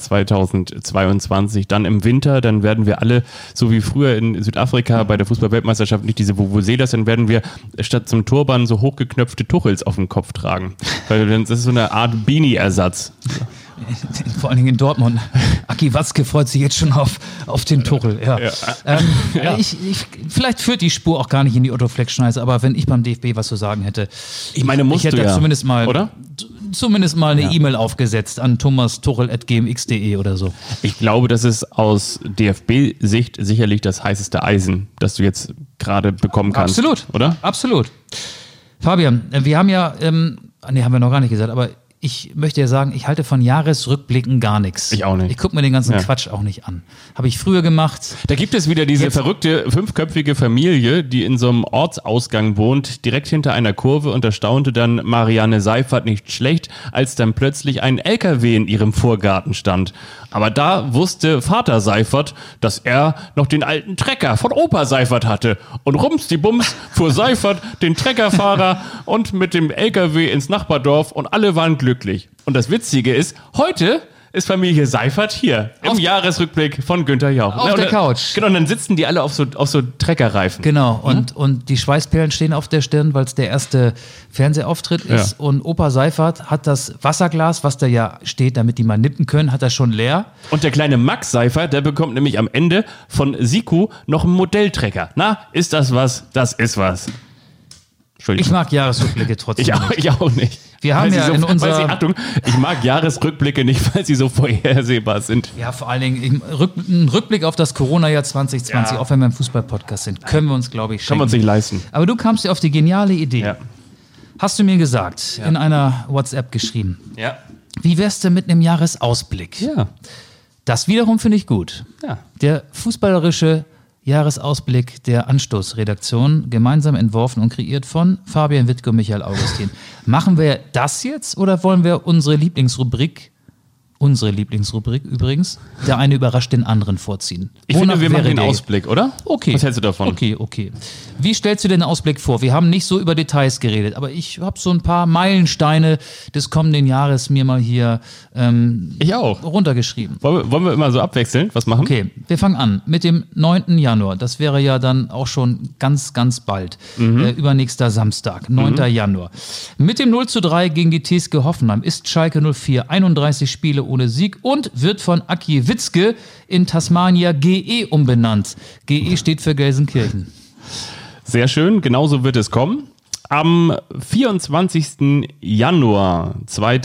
2022, dann im Winter, dann werden wir alle, so wie früher in Südafrika bei der Fußball-Weltmeisterschaft, nicht diese Vuvuzelas, dann werden wir statt zum Turban so hochgeknöpfte Tuchels auf dem Kopf tragen. Weil das ist so eine Art Beanie-Ersatz. Vor allen Dingen in Dortmund. Aki Watzke freut sich jetzt schon auf den Tuchel. Ja. Vielleicht führt die Spur auch gar nicht in die Otto-Fleck-Schneise, aber wenn ich beim DFB was zu sagen hätte, ich meine, musst ich hätte du ja, zumindest mal, oder? Zumindest mal eine E-Mail aufgesetzt an thomastuchel@gmx.de oder so. Ich glaube, das ist aus DFB-Sicht sicherlich das heißeste Eisen, das du jetzt gerade bekommen kannst. Absolut, oder? Absolut. Fabian, wir haben ja, haben wir noch gar nicht gesagt, aber ich möchte ja sagen, ich halte von Jahresrückblicken gar nichts. Ich auch nicht. Ich gucke mir den ganzen Quatsch auch nicht an. Habe ich früher gemacht. Da gibt es wieder diese verrückte 5-köpfige Familie, die in so einem Ortsausgang wohnt, direkt hinter einer Kurve, und da staunte dann Marianne Seifert nicht schlecht, als dann plötzlich ein LKW in ihrem Vorgarten stand. Aber da wusste Vater Seifert, dass er noch den alten Trecker von Opa Seifert hatte. Und rumsdibums fuhr Seifert den Treckerfahrer und mit dem LKW ins Nachbardorf und alle waren glücklich. Und das Witzige ist, heute ist Familie Seifert hier im Jahresrückblick von Günther Jauch. Auf der Couch. Genau, und dann sitzen die alle auf so Treckerreifen. Genau, und die Schweißperlen stehen auf der Stirn, weil es der erste Fernsehauftritt ist. Und Opa Seifert hat das Wasserglas, was da ja steht, damit die mal nippen können, hat er schon leer. Und der kleine Max Seifert, der bekommt nämlich am Ende von Siku noch einen Modelltrecker. Na, ist das was? Das ist was. Ich mag Jahresrückblicke trotzdem Ich auch nicht. Wir haben ja in unserer... Achtung, ich mag Jahresrückblicke nicht, weil sie so vorhersehbar sind. Ja, vor allen Dingen ein Rückblick auf das Corona-Jahr 2020, auch wenn wir im Fußball-Podcast sind, können wir uns, glaube ich, schenken. Können wir uns nicht leisten. Aber du kamst ja auf die geniale Idee. Hast du mir gesagt, in einer WhatsApp geschrieben. Ja. Wie wär's denn mit einem Jahresausblick? Ja. Das wiederum finde ich gut. Ja. Der fußballerische Jahresausblick der Anstoß-Redaktion, gemeinsam entworfen und kreiert von Fabian Wittke und Michael Augustin. Machen wir das jetzt oder wollen wir unsere Lieblingsrubrik übrigens, der eine überrascht den anderen vorziehen? Ich finde, wir machen den Ausblick, oder? Okay. Was hältst du davon? Okay. Wie stellst du den Ausblick vor? Wir haben nicht so über Details geredet, aber ich habe so ein paar Meilensteine des kommenden Jahres mir mal hier ich auch runtergeschrieben. Wollen wir immer so abwechselnd was machen? Okay, wir fangen an mit dem 9. Januar. Das wäre ja dann auch schon ganz, ganz bald. Übernächster Samstag, 9. Januar. Mit dem 0:3 gegen die TSG Hoffenheim ist Schalke 04 31 Spiele ohne Sieg und wird von Aki Witzke in Tasmania GE umbenannt. GE steht für Gelsenkirchen. Sehr schön, genauso wird es kommen. Am 24. Januar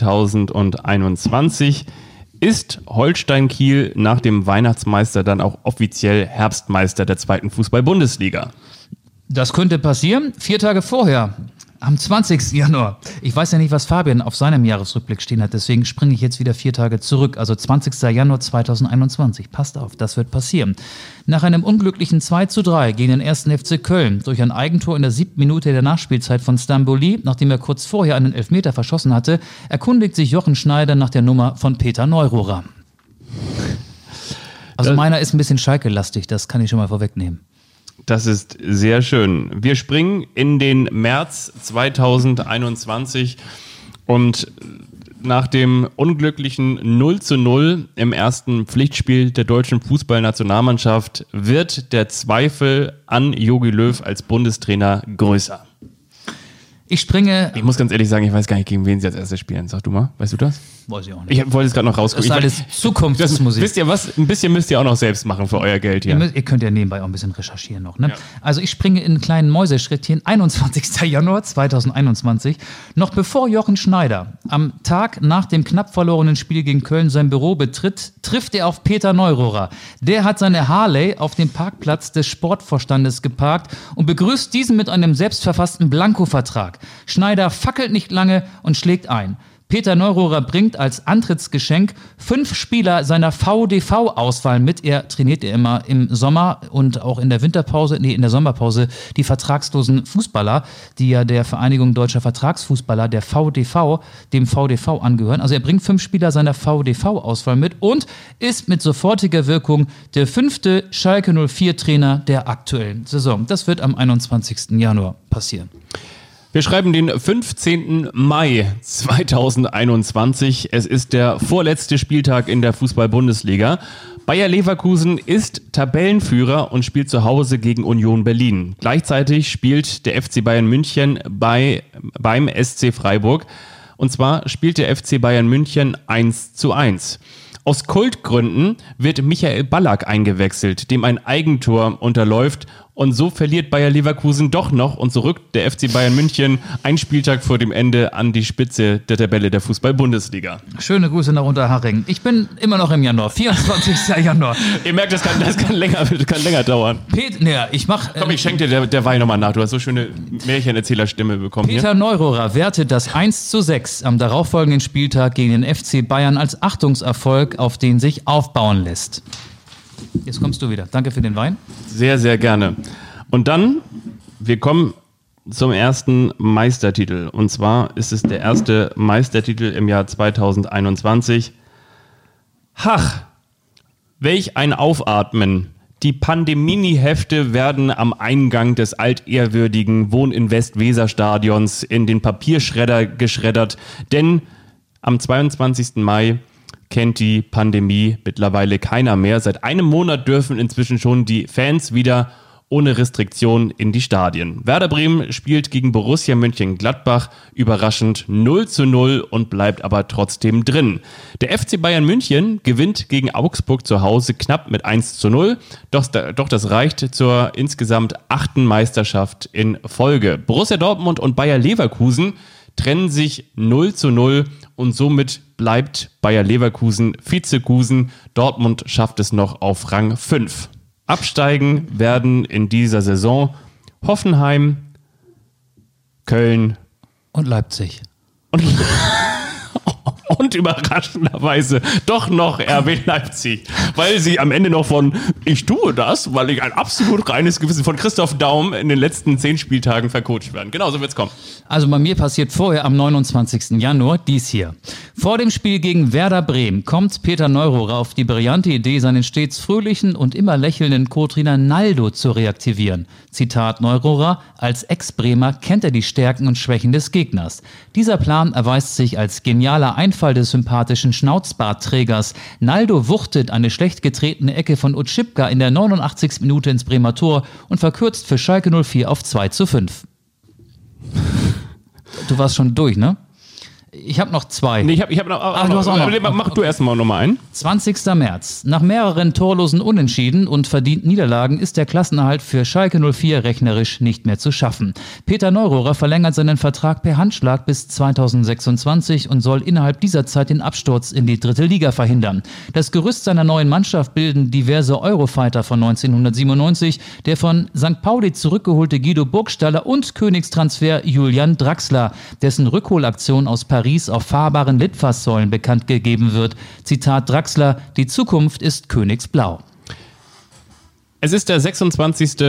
2021 ist Holstein Kiel nach dem Weihnachtsmeister dann auch offiziell Herbstmeister der 2. Fußball-Bundesliga. Das könnte passieren. 4 Tage vorher, am 20. Januar. Ich weiß ja nicht, was Fabian auf seinem Jahresrückblick stehen hat, deswegen springe ich jetzt wieder 4 Tage zurück. Also 20. Januar 2021. Passt auf, das wird passieren. Nach einem unglücklichen 2:3 gegen den 1. FC Köln durch ein Eigentor in der 7. Minute der Nachspielzeit von Stamboli, nachdem er kurz vorher einen Elfmeter verschossen hatte, erkundigt sich Jochen Schneider nach der Nummer von Peter Neururer. Also meiner ist ein bisschen Schalke-lastig, das kann ich schon mal vorwegnehmen. Das ist sehr schön. Wir springen in den März 2021 und nach dem unglücklichen 0:0 im ersten Pflichtspiel der deutschen Fußballnationalmannschaft wird der Zweifel an Jogi Löw als Bundestrainer größer. Ich springe. Ich muss ganz ehrlich sagen, ich weiß gar nicht, gegen wen sie als erstes spielen. Sag du mal, weißt du das? Weiß ich auch nicht. Ich wollte es gerade noch rausgucken. Das ist alles Zukunftsmusik. Wisst ihr was? Ein bisschen müsst ihr auch noch selbst machen für euer Geld hier. Ihr könnt ja nebenbei auch ein bisschen recherchieren noch. Ne? Ja. Also ich springe in einen kleinen Mäuseschrittchen. 21. Januar 2021. Noch bevor Jochen Schneider am Tag nach dem knapp verlorenen Spiel gegen Köln sein Büro betritt, trifft er auf Peter Neururer. Der hat seine Harley auf dem Parkplatz des Sportvorstandes geparkt und begrüßt diesen mit einem selbstverfassten Blankovertrag. Schneider fackelt nicht lange und schlägt ein. Peter Neururer bringt als Antrittsgeschenk 5 Spieler seiner VDV-Auswahl mit. Er trainiert ja immer im Sommer und auch in der in der Sommerpause die vertragslosen Fußballer, die ja der Vereinigung Deutscher Vertragsfußballer, der VDV, dem VDV angehören. Also er bringt 5 Spieler seiner VDV-Auswahl mit und ist mit sofortiger Wirkung der 5. Schalke 04-Trainer der aktuellen Saison. Das wird am 21. Januar passieren. Wir schreiben den 15. Mai 2021. Es ist der vorletzte Spieltag in der Fußball-Bundesliga. Bayer Leverkusen ist Tabellenführer und spielt zu Hause gegen Union Berlin. Gleichzeitig spielt der FC Bayern München beim SC Freiburg. Und zwar spielt der FC Bayern München 1:1. Aus Kultgründen wird Michael Ballack eingewechselt, dem ein Eigentor unterläuft. Und so verliert Bayer Leverkusen doch noch und so rückt der FC Bayern München einen Spieltag vor dem Ende an die Spitze der Tabelle der Fußball-Bundesliga. Schöne Grüße nach Unterhaching. Ich bin immer noch im Januar, 24. Januar. Ihr merkt, das kann länger dauern. Komm, ich schenke dir der Wein nochmal nach. Du hast so schöne Märchenerzählerstimme bekommen. Peter Neururer wertet das 1:6 am darauffolgenden Spieltag gegen den FC Bayern als Achtungserfolg, auf den sich aufbauen lässt. Jetzt kommst du wieder. Danke für den Wein. Sehr, sehr gerne. Und dann, wir kommen zum ersten Meistertitel. Und zwar ist es der erste Meistertitel im Jahr 2021. Ach, welch ein Aufatmen. Die Pandemie-Hefte werden am Eingang des altehrwürdigen Wohninvest-Weser-Stadions in den Papierschredder geschreddert. Denn am 22. Mai kennt die Pandemie mittlerweile keiner mehr. Seit einem Monat dürfen inzwischen schon die Fans wieder ohne Restriktion in die Stadien. Werder Bremen spielt gegen Borussia Mönchengladbach überraschend 0:0 und bleibt aber trotzdem drin. Der FC Bayern München gewinnt gegen Augsburg zu Hause knapp mit 1:0. Doch das reicht zur insgesamt 8. Meisterschaft in Folge. Borussia Dortmund und Bayer Leverkusen trennen sich 0:0 und somit bleibt Bayer Leverkusen Vizekusen. Dortmund schafft es noch auf Rang 5. Absteigen werden in dieser Saison Hoffenheim, Köln und Leipzig. Und überraschenderweise doch noch RB Leipzig, weil sie am Ende noch von ich tue das, weil ich ein absolut reines Gewissen von Christoph Daum in den letzten 10 Spieltagen vercoacht werden. Genau, so wird's kommen. Also bei mir passiert vorher am 29. Januar dies hier. Vor dem Spiel gegen Werder Bremen kommt Peter Neururer auf die brillante Idee, seinen stets fröhlichen und immer lächelnden Co-Trainer Naldo zu reaktivieren. Zitat Neururer: Als Ex-Bremer kennt er die Stärken und Schwächen des Gegners. Dieser Plan erweist sich als genialer Einfall des sympathischen Schnauzbartträgers. Naldo wuchtet eine schlecht getretene Ecke von Utschipka in der 89. Minute ins Bremer Tor und verkürzt für Schalke 04 auf 2:5. Du warst schon durch, ne? Ich habe noch 2. Nee, ich hab noch. Du hast auch noch. Mach du erst mal Nummer einen. 20. März. Nach mehreren torlosen Unentschieden und verdienten Niederlagen ist der Klassenerhalt für Schalke 04 rechnerisch nicht mehr zu schaffen. Peter Neururer verlängert seinen Vertrag per Handschlag bis 2026 und soll innerhalb dieser Zeit den Absturz in die 3. Liga verhindern. Das Gerüst seiner neuen Mannschaft bilden diverse Eurofighter von 1997, der von St. Pauli zurückgeholte Guido Burgstaller und Königstransfer Julian Draxler, dessen Rückholaktion aus Paris auf fahrbaren Litfaßsäulen bekannt gegeben wird. Zitat Draxler: Die Zukunft ist königsblau. Es ist der 26.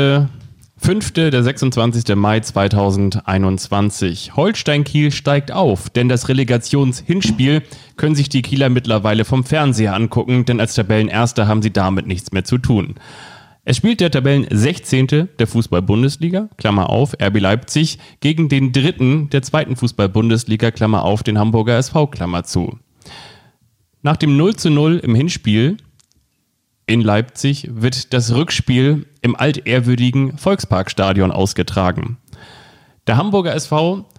Mai 2021. Holstein Kiel steigt auf, denn das Relegationshinspiel können sich die Kieler mittlerweile vom Fernseher angucken, denn als Tabellenerster haben sie damit nichts mehr zu tun. Es spielt der Tabellen 16. der Fußball-Bundesliga, Klammer auf, RB Leipzig, gegen den 3. der 2. Fußball-Bundesliga, Klammer auf, den Hamburger SV, Klammer zu. Nach dem 0:0 im Hinspiel in Leipzig wird das Rückspiel im altehrwürdigen Volksparkstadion ausgetragen. Der Hamburger SV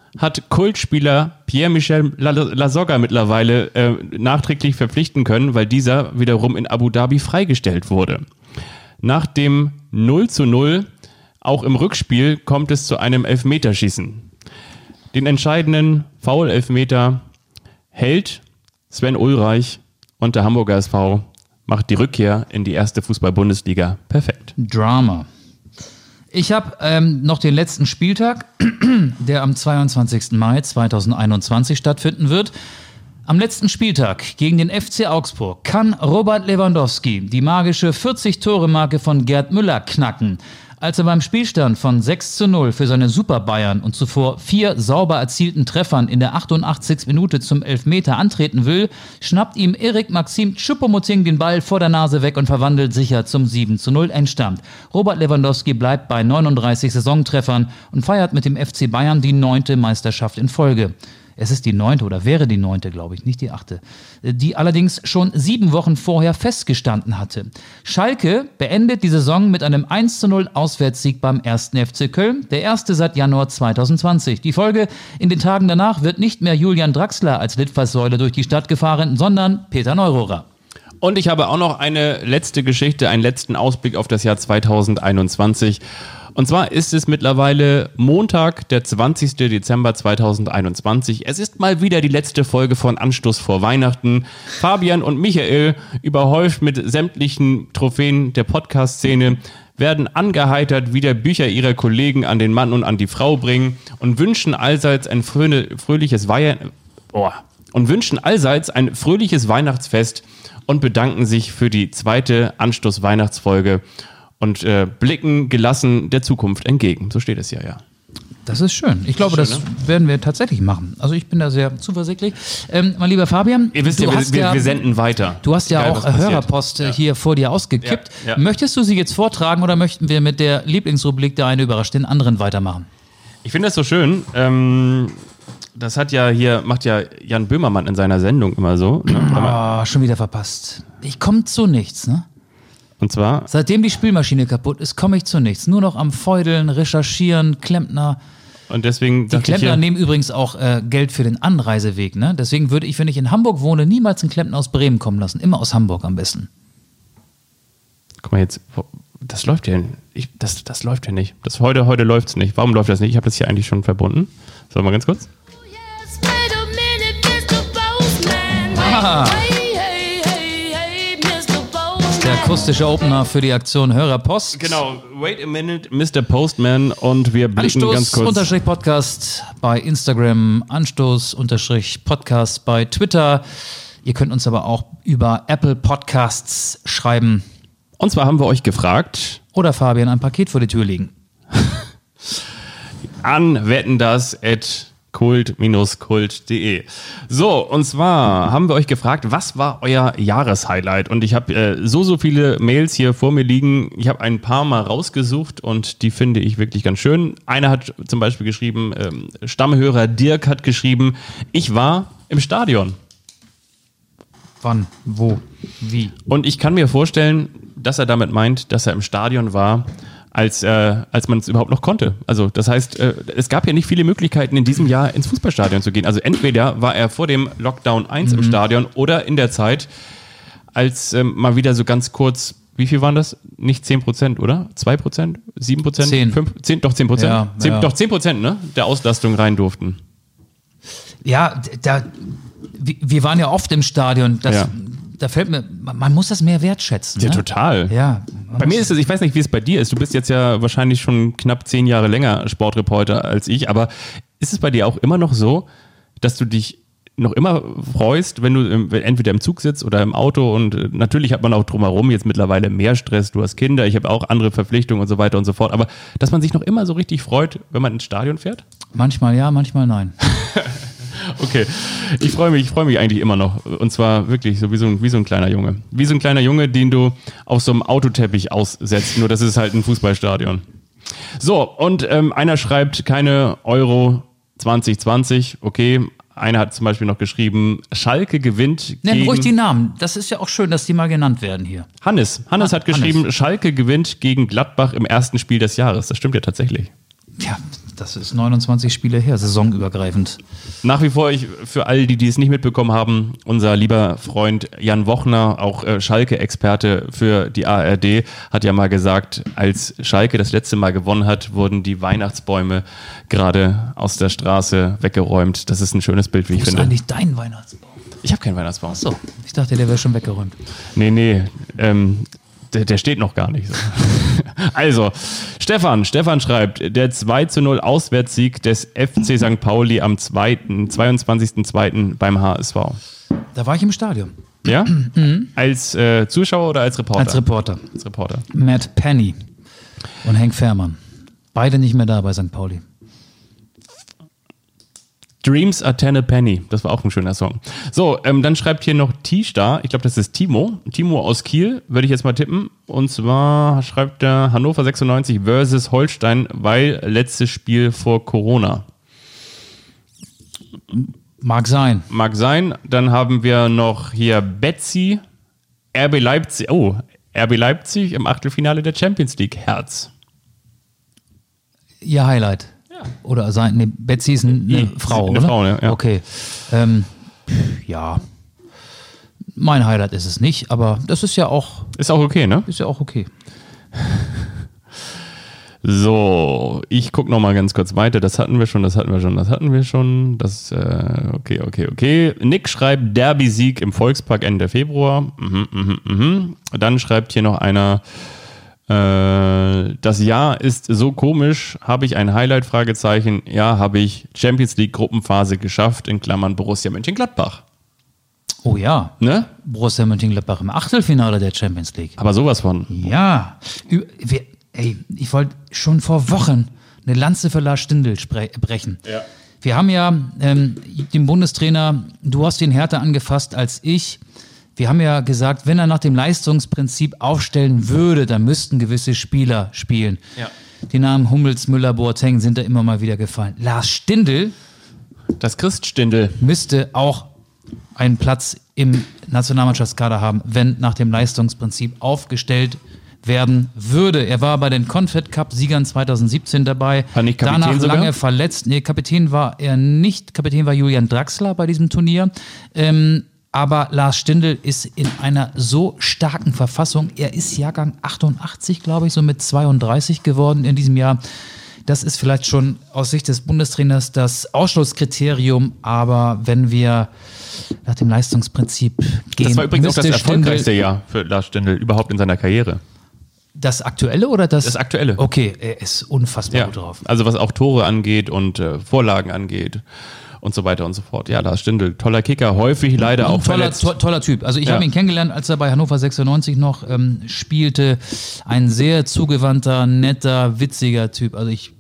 hat Kultspieler Pierre-Michel Lasogga mittlerweile nachträglich verpflichten können, weil dieser wiederum in Abu Dhabi freigestellt wurde. Nach dem 0:0, auch im Rückspiel, kommt es zu einem Elfmeterschießen. Den entscheidenden Foul-Elfmeter hält Sven Ulreich und der Hamburger SV macht die Rückkehr in die erste Fußball-Bundesliga perfekt. Drama. Ich habe noch den letzten Spieltag, der am 22. Mai 2021 stattfinden wird. Am letzten Spieltag gegen den FC Augsburg kann Robert Lewandowski die magische 40-Tore-Marke von Gerd Müller knacken. Als er beim Spielstand von 6:0 für seine Super Bayern und zuvor 4 sauber erzielten Treffern in der 88. Minute zum Elfmeter antreten will, schnappt ihm Erik Maxim Choupo-Moting den Ball vor der Nase weg und verwandelt sicher zum 7:0 Endstand. Robert Lewandowski bleibt bei 39 Saisontreffern und feiert mit dem FC Bayern die 9. Meisterschaft in Folge. Es ist die 9. oder wäre die 9., glaube ich, nicht die 8., die allerdings schon 7 Wochen vorher festgestanden hatte. Schalke beendet die Saison mit einem 1:0 Auswärtssieg beim 1. FC Köln, der erste seit Januar 2020. Die Folge: in den Tagen danach wird nicht mehr Julian Draxler als Litfaßsäule durch die Stadt gefahren, sondern Peter Neururer. Und ich habe auch noch eine letzte Geschichte, einen letzten Ausblick auf das Jahr 2021. Und zwar ist es mittlerweile Montag, der 20. Dezember 2021. Es ist mal wieder die letzte Folge von Anstoß vor Weihnachten. Fabian und Michael, überhäuft mit sämtlichen Trophäen der Podcast-Szene, werden angeheitert wieder Bücher ihrer Kollegen an den Mann und an die Frau bringen und wünschen allseits ein fröhliches Weihnachtsfest und bedanken sich für die zweite Anstoß-Weihnachtsfolge. Und blicken gelassen der Zukunft entgegen. So steht es ja. Das ist schön. Ich glaube, das werden wir tatsächlich machen. Also ich bin da sehr zuversichtlich. Mein lieber Fabian, ihr wisst wir senden weiter. Du hast ja auch Hörerpost hier vor dir ausgekippt. Ja. Möchtest du sie jetzt vortragen oder möchten wir mit der Lieblingsrubrik Der eine überrascht den anderen weitermachen? Ich finde das so schön. Das macht ja Jan Böhmermann in seiner Sendung immer so. Ne? Schon wieder verpasst. Ich komme zu nichts, ne? Und zwar? Seitdem die Spielmaschine kaputt ist, komme ich zu nichts. Nur noch am Feudeln, Recherchieren, Klempner. Und deswegen die Klempner nehmen übrigens auch Geld für den Anreiseweg. Ne? Deswegen würde ich, wenn ich in Hamburg wohne, niemals einen Klempner aus Bremen kommen lassen. Immer aus Hamburg am besten. Guck mal jetzt, das läuft ja nicht. Das läuft ja nicht. Heute läuft es nicht. Warum läuft das nicht? Ich habe das hier eigentlich schon verbunden. So, mal ganz kurz. Der akustische Opener für die Aktion Hörerpost. Genau, wait a minute, Mr. Postman, und wir blicken ganz kurz. Anstoß-Podcast bei Instagram, Anstoß-Podcast bei Twitter. Ihr könnt uns aber auch über Apple Podcasts schreiben. Und zwar haben wir euch gefragt. Oder Fabian ein Paket vor die Tür legen. An wetten-das@kult-kult.de. So, und zwar haben wir euch gefragt, was war euer Jahreshighlight? Und ich habe so viele Mails hier vor mir liegen. Ich habe ein paar mal rausgesucht und die finde ich wirklich ganz schön. Einer hat zum Beispiel geschrieben, Stammhörer Dirk hat geschrieben, ich war im Stadion. Wann? Wo? Wie? Und ich kann mir vorstellen, dass er damit meint, dass er im Stadion war, als man es überhaupt noch konnte. Also das heißt, es gab ja nicht viele Möglichkeiten in diesem Jahr ins Fußballstadion zu gehen. Also entweder war er vor dem Lockdown 1 im Stadion oder in der Zeit, als mal wieder so ganz kurz, wie viel waren das? Nicht 10%, oder? 2%? 7%? 10. 10 doch 10%? Ja. Doch 10%, ne? Der Auslastung rein durften. Ja, wir waren ja oft im Stadion. Da fällt mir, man muss das mehr wertschätzen. Ja, ne? total. Ja. Bei mir ist es, ich weiß nicht, wie es bei dir ist. Du bist jetzt ja wahrscheinlich schon knapp 10 Jahre länger Sportreporter als ich, aber ist es bei dir auch immer noch so, dass du dich noch immer freust, wenn du entweder im Zug sitzt oder im Auto, und natürlich hat man auch drumherum jetzt mittlerweile mehr Stress, du hast Kinder, ich habe auch andere Verpflichtungen und so weiter und so fort, aber dass man sich noch immer so richtig freut, wenn man ins Stadion fährt? Manchmal ja, manchmal nein. Okay, ich freue mich eigentlich immer noch, und zwar wirklich so wie so ein kleiner Junge. Wie so ein kleiner Junge, den du auf so einem Autoteppich aussetzt, nur das ist halt ein Fußballstadion. So, und einer schreibt keine Euro 2020, okay. Einer hat zum Beispiel noch geschrieben, Schalke gewinnt Nenn ruhig die Namen. Das ist ja auch schön, dass die mal genannt werden hier. Hannes hat geschrieben, Schalke gewinnt gegen Gladbach im ersten Spiel des Jahres. Das stimmt ja tatsächlich. Ja, Das ist 29 Spiele her, saisonübergreifend. Nach wie vor, für all die es nicht mitbekommen haben, unser lieber Freund Jan Wochner, auch Schalke-Experte für die ARD, hat ja mal gesagt, als Schalke das letzte Mal gewonnen hat, wurden die Weihnachtsbäume gerade aus der Straße weggeräumt. Das ist ein schönes Bild, wie ich finde. Wo ist eigentlich dein Weihnachtsbaum? Ich habe keinen Weihnachtsbaum. Achso, ich dachte, der wäre schon weggeräumt. Nee, der steht noch gar nicht. Also, Stefan schreibt, der 2:0 Auswärtssieg des FC St. Pauli am 22.02. beim HSV. Da war ich im Stadion. Ja? Als Zuschauer oder als Reporter? Als Reporter. Als Reporter. Matt Penny und Henk Fährmann. Beide nicht mehr da bei St. Pauli. Dreams are 10 a penny. Das war auch ein schöner Song. So, dann schreibt hier noch T-Star. Ich glaube, das ist Timo. Timo aus Kiel, würde ich jetzt mal tippen. Und zwar schreibt er Hannover 96 versus Holstein, weil letztes Spiel vor Corona. Mag sein. Dann haben wir noch hier Betsy. RB Leipzig. Oh, RB Leipzig im Achtelfinale der Champions League. Herz. Ihr Highlight. Oder sein, nee, Betsy ist eine Frau, oder? Eine Frau, ja. Okay. Ja. Mein Highlight ist es nicht, aber das ist ja auch... Ist auch okay, ne? Ist ja auch okay. So, ich gucke noch mal ganz kurz weiter. Das hatten wir schon. Okay. Nick schreibt Derby-Sieg im Volkspark Ende Februar. Dann schreibt hier noch einer... Das Jahr ist so komisch, habe ich ein Highlight, Fragezeichen, ja, habe ich Champions League Gruppenphase geschafft, in Klammern Borussia Mönchengladbach. Oh ja, ne? Borussia Mönchengladbach im Achtelfinale der Champions League. Aber sowas von. Ja, ich wollte schon vor Wochen eine Lanze für Lars Stindl brechen. Ja. Wir haben ja den Bundestrainer, du hast den härter angefasst als ich. Wir haben ja gesagt, wenn er nach dem Leistungsprinzip aufstellen würde, dann müssten gewisse Spieler spielen. Ja. Die Namen Hummels, Müller, Boateng sind da immer mal wieder gefallen. Lars Stindl, das Christ Stindl, müsste auch einen Platz im Nationalmannschaftskader haben, wenn nach dem Leistungsprinzip aufgestellt werden würde. Er war bei den Confed Cup Siegern 2017 dabei. War nicht Kapitän danach sogar? Lange verletzt. Nee, Kapitän war er nicht. Kapitän war Julian Draxler bei diesem Turnier. Aber Lars Stindl ist in einer so starken Verfassung. Er ist Jahrgang 88, glaube ich, so mit 32 geworden in diesem Jahr. Das ist vielleicht schon aus Sicht des Bundestrainers das Ausschlusskriterium. Aber wenn wir nach dem Leistungsprinzip gehen, das war übrigens auch das erfolgreichste Jahr für Lars Stindl überhaupt in seiner Karriere. Das Aktuelle oder das? Das Aktuelle. Okay, er ist unfassbar gut drauf. Also was auch Tore angeht und Vorlagen angeht. Und so weiter und so fort. Ja, Lars Stindl, toller Kicker, häufig leider auch verletzt. Toller Typ. Also ich habe ihn kennengelernt, als er bei Hannover 96 noch spielte. Ein sehr zugewandter, netter, witziger Typ. Also ich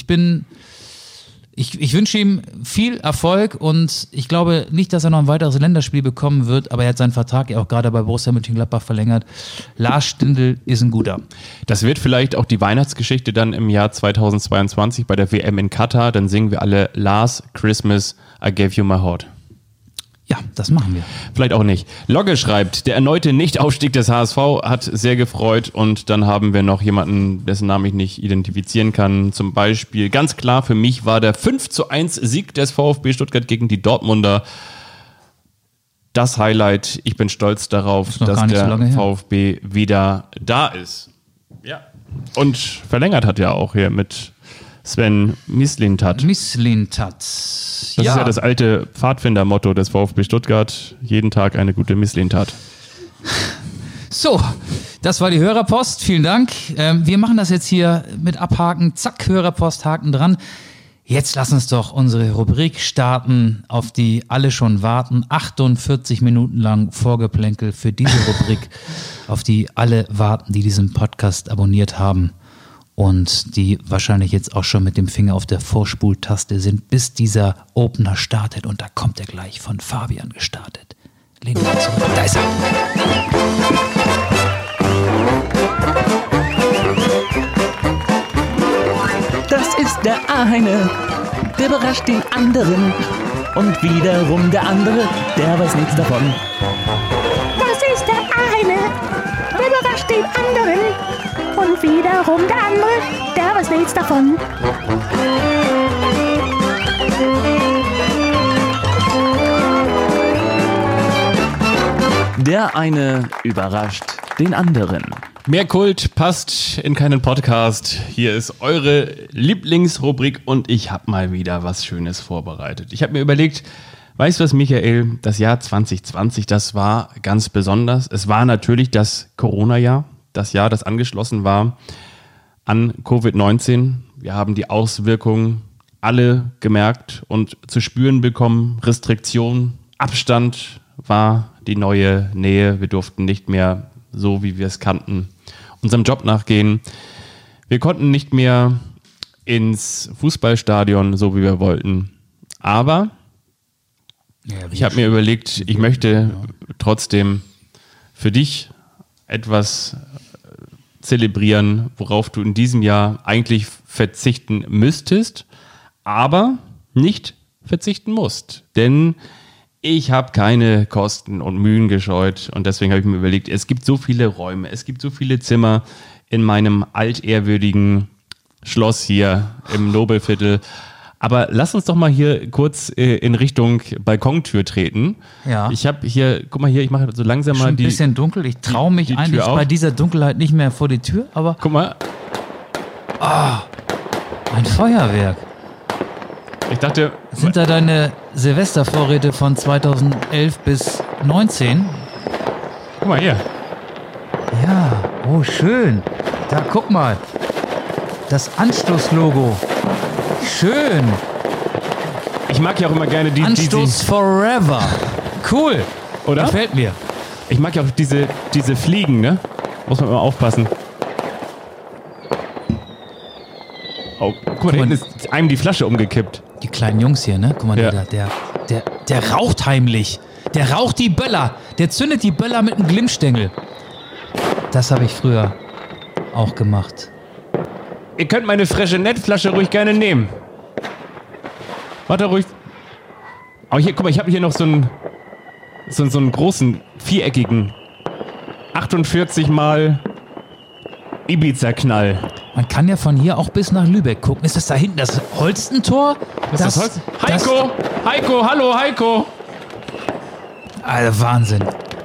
wünsche ihm viel Erfolg und ich glaube nicht, dass er noch ein weiteres Länderspiel bekommen wird, aber er hat seinen Vertrag ja auch gerade bei Borussia Mönchengladbach verlängert. Lars Stindl ist ein guter. Das wird vielleicht auch die Weihnachtsgeschichte dann im Jahr 2022 bei der WM in Katar. Dann singen wir alle Last Christmas, I Gave You My Heart. Ja, das machen wir. Vielleicht auch nicht. Logge schreibt, der erneute Nichtaufstieg des HSV hat sehr gefreut und dann haben wir noch jemanden, dessen Namen ich nicht identifizieren kann. Zum Beispiel, ganz klar für mich war der 5:1 Sieg des VfB Stuttgart gegen die Dortmunder das Highlight. Ich bin stolz darauf, dass der VfB wieder da ist. Ja. Und verlängert hat ja auch hier mit Sven Mislintat. Das ist ja das alte Pfadfinder-Motto des VfB Stuttgart. Jeden Tag eine gute Misslintat. So, das war die Hörerpost. Vielen Dank. Wir machen das jetzt hier mit Abhaken. Zack, Hörerpost, Haken dran. Jetzt lass uns doch unsere Rubrik starten, auf die alle schon warten. 48 Minuten lang Vorgeplänkel für diese Rubrik, auf die alle warten, die diesen Podcast abonniert haben. Und die wahrscheinlich jetzt auch schon mit dem Finger auf der Vorspultaste sind, bis dieser Opener startet. Und da kommt er gleich von Fabian gestartet. Lehnen wir zurück. Da ist er. Das ist der eine, der überrascht den anderen. Und wiederum der andere, der weiß nichts davon. Das ist der eine, der überrascht den anderen. Und wiederum der andere, der weiß nichts davon. Der eine überrascht den anderen. Mehr Kult passt in keinen Podcast. Hier ist eure Lieblingsrubrik und ich habe mal wieder was Schönes vorbereitet. Ich habe mir überlegt, weißt du was, Michael, das Jahr 2020, das war ganz besonders. Es war natürlich das Corona-Jahr, das Jahr, das angeschlossen war an Covid-19. Wir haben die Auswirkungen alle gemerkt und zu spüren bekommen. Restriktion, Abstand war die neue Nähe. Wir durften nicht mehr so, wie wir es kannten, unserem Job nachgehen. Wir konnten nicht mehr ins Fußballstadion, so wie wir wollten. Aber ich habe mir überlegt, ich möchte trotzdem für dich etwas zelebrieren, worauf du in diesem Jahr eigentlich verzichten müsstest, aber nicht verzichten musst. Denn ich habe keine Kosten und Mühen gescheut und deswegen habe ich mir überlegt, es gibt so viele Räume, es gibt so viele Zimmer in meinem altehrwürdigen Schloss hier im Nobelviertel. Aber lass uns doch mal hier kurz in Richtung Balkontür treten. Ja. Ich habe hier, guck mal hier, ich mache so langsam mal Schon ein bisschen dunkel. Ich traue mich die Tür eigentlich auf. bei dieser Dunkelheit nicht mehr vor die Tür, aber Guck mal, ein Feuerwerk. ich dachte, Sind da deine Silvestervorräte von 2011 bis 19? guck mal hier. Ja, oh schön. Da, guck mal. Das Anstoß-Logo. Schön. Ich mag ja auch immer gerne die Anstoß Forever. Cool. oder? Gefällt mir. Ich mag ja auch diese Fliegen, ne? Muss man immer aufpassen. Oh, guck mal, da hinten ist einem die Flasche umgekippt. Die kleinen Jungs hier, ne? Guck mal, Ja. der raucht heimlich. Der raucht die Böller. Der zündet die Böller mit einem Glimmstängel. Das habe ich früher auch gemacht. Ihr könnt meine Freshenette-Flasche ruhig gerne nehmen. Warte ruhig. Aber hier, guck mal, ich habe hier noch so einen großen, viereckigen 48 mal Ibiza-Knall. Man kann ja von hier auch bis nach Lübeck gucken. Ist das da hinten das Holstentor? Ist das Holz? Heiko! Heiko, hallo Heiko! Alter, Wahnsinn.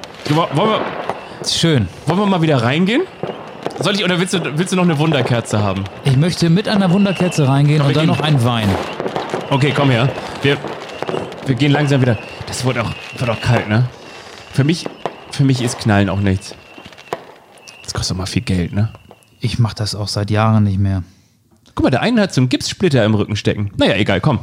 Schön. Wollen wir mal wieder reingehen? Soll ich, oder willst du noch eine Wunderkerze haben? Ich möchte mit einer Wunderkerze reingehen Komm, und wir dann gehen. noch einen Wein. Okay, komm her. Wir gehen langsam wieder. Das wird auch kalt, ne? Für mich ist Knallen auch nichts. Das kostet auch mal viel Geld, ne? Ich mache das auch seit Jahren nicht mehr. Guck mal, der eine hat so einen Gipssplitter im Rücken stecken. Naja, egal, komm.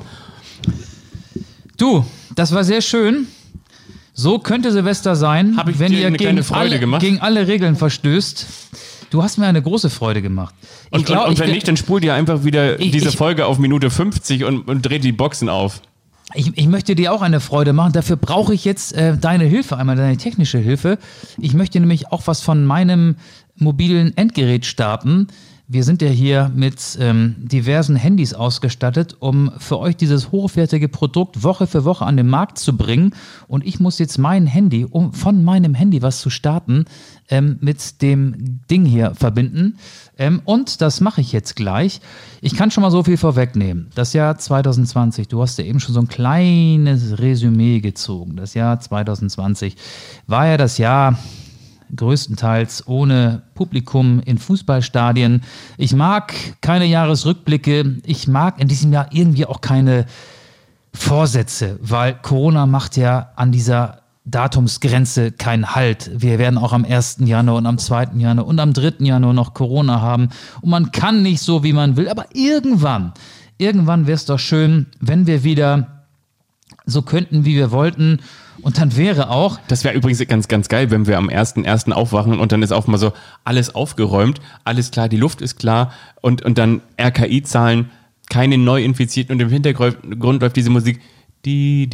Du, das war sehr schön. So könnte Silvester sein, Hab ich wenn dir ihr eine kleine Freude gemacht? gegen alle Regeln verstößt. Du hast mir eine große Freude gemacht. Und wenn nicht, dann spult ihr einfach wieder diese Folge auf Minute 50 und dreht die Boxen auf. Ich möchte dir auch eine Freude machen. Dafür brauche ich jetzt deine Hilfe, einmal deine technische Hilfe. Ich möchte nämlich auch was von meinem mobilen Endgerät starten. Wir sind ja hier mit diversen Handys ausgestattet, um für euch dieses hochwertige Produkt Woche für Woche an den Markt zu bringen. Und ich muss jetzt mein Handy, um von meinem Handy was zu starten, mit dem Ding hier verbinden. Und das mache ich jetzt gleich. Ich kann schon mal so viel vorwegnehmen. Das Jahr 2020, du hast ja eben schon so ein kleines Resümee gezogen. Das Jahr 2020 war ja das Jahr größtenteils ohne Publikum in Fußballstadien. Ich mag keine Jahresrückblicke. Ich mag in diesem Jahr irgendwie auch keine Vorsätze, weil Corona macht ja an dieser Datumsgrenze keinen Halt. Wir werden auch am 1. Januar und am 2. Januar und am 3. Januar noch Corona haben. Und man kann nicht so, wie man will. Aber irgendwann wäre es doch schön, wenn wir wieder so könnten, wie wir wollten. Und dann wäre auch... Das wäre übrigens ganz, ganz geil, wenn wir am 1.1. aufwachen und dann ist auch mal so alles aufgeräumt, alles klar, die Luft ist klar und dann RKI-Zahlen, keine Neuinfizierten und im Hintergrund läuft diese Musik. Ich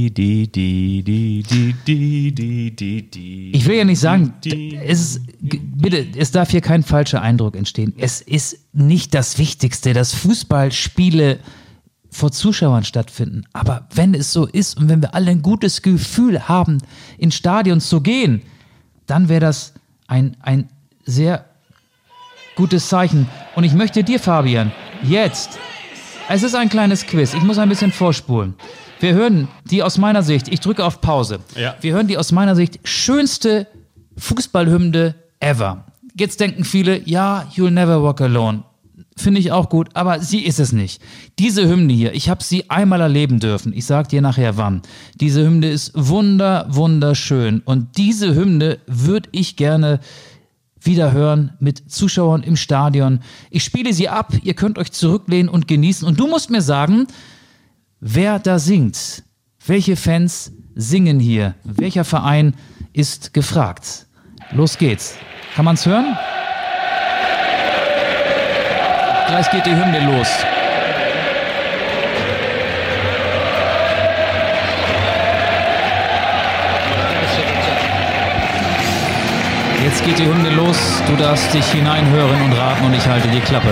will ja nicht sagen, es darf hier kein falscher Eindruck entstehen. Es ist nicht das Wichtigste, dass Fußballspiele vor Zuschauern stattfinden. Aber wenn es so ist und wenn wir alle ein gutes Gefühl haben, in Stadion zu gehen, dann wäre das ein sehr gutes Zeichen. Und ich möchte dir, Fabian, jetzt Es ist ein kleines Quiz. Ich muss ein bisschen vorspulen. Wir hören die aus meiner Sicht, ich drücke auf Pause. Ja. Wir hören die aus meiner Sicht schönste Fußballhymne ever. Jetzt denken viele, ja, You'll Never Walk Alone. Finde ich auch gut, aber sie ist es nicht. Diese Hymne hier, ich habe sie einmal erleben dürfen. Ich sag dir nachher wann. Diese Hymne ist wunderschön. Und diese Hymne würde ich gerne wieder hören mit Zuschauern im Stadion. Ich spiele sie ab, ihr könnt euch zurücklehnen und genießen. Und du musst mir sagen, wer da singt. Welche Fans singen hier? Welcher Verein ist gefragt? Los geht's. Kann man's hören? Gleich geht die Hymne los. Jetzt geht die Hymne los. Du darfst dich hineinhören und raten und ich halte die Klappe.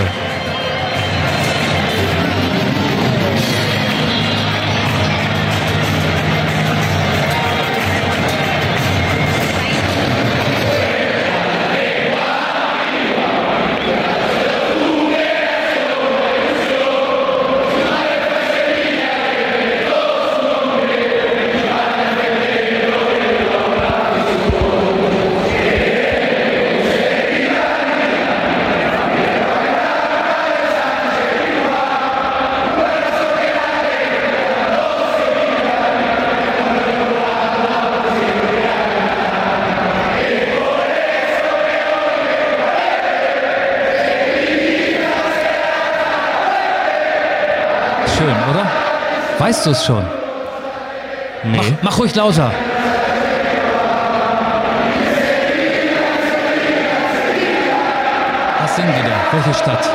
Schön, oder? Weißt du es schon? Nee. Mach ruhig lauter. Was singen die da? Welche Stadt?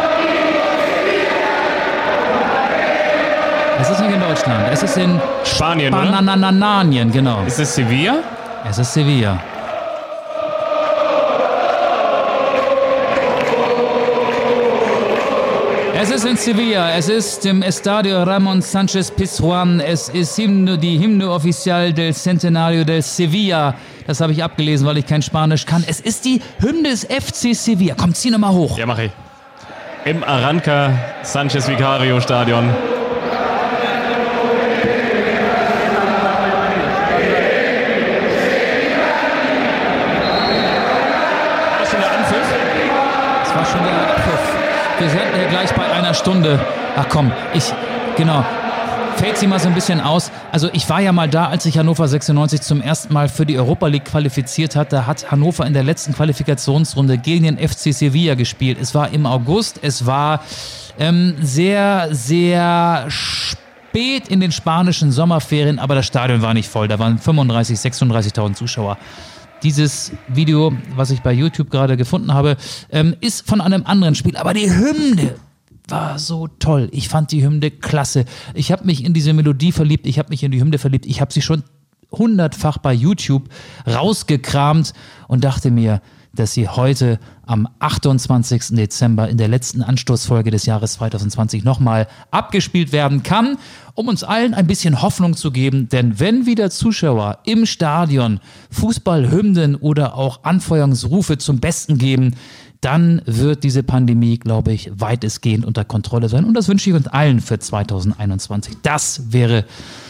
Es ist nicht in Deutschland. Es ist in Spanien, oder? Bananananien, genau. Ist es Sevilla? Es ist Sevilla. Es ist in Sevilla, es ist im Estadio Ramón Sánchez Pizjuán, es ist die Hymne Oficial del Centenario del Sevilla. Das habe ich abgelesen, weil ich kein Spanisch kann. Es ist die Hymne des FC Sevilla. Komm, zieh nochmal hoch. Ja, mach ich. Im Arranca Sánchez Vicario Stadion. Das war schon der Abpfiff. Wir sind ja gleich bei einer Stunde. Ach komm, fällt sie mal so ein bisschen aus. Also ich war ja mal da, als sich Hannover 96 zum ersten Mal für die Europa League qualifiziert hat. Da hat Hannover in der letzten Qualifikationsrunde gegen den FC Sevilla gespielt. Es war im August, es war sehr, sehr spät in den spanischen Sommerferien, aber das Stadion war nicht voll. Da waren 35.000, 36.000 Zuschauer. Dieses Video, was ich bei YouTube gerade gefunden habe, ist von einem anderen Spiel. Aber die Hymne war so toll. Ich fand die Hymne klasse. Ich habe mich in diese Melodie verliebt. Ich habe mich in die Hymne verliebt. Ich habe sie schon 100-fach bei YouTube rausgekramt und dachte mir, dass sie heute am 28. Dezember in der letzten Anstoßfolge des Jahres 2020 nochmal abgespielt werden kann, um uns allen ein bisschen Hoffnung zu geben. Denn wenn wieder Zuschauer im Stadion Fußballhymnen oder auch Anfeuerungsrufe zum Besten geben, dann wird diese Pandemie, glaube ich, weitestgehend unter Kontrolle sein. Und das wünsche ich uns allen für 2021. Das wäre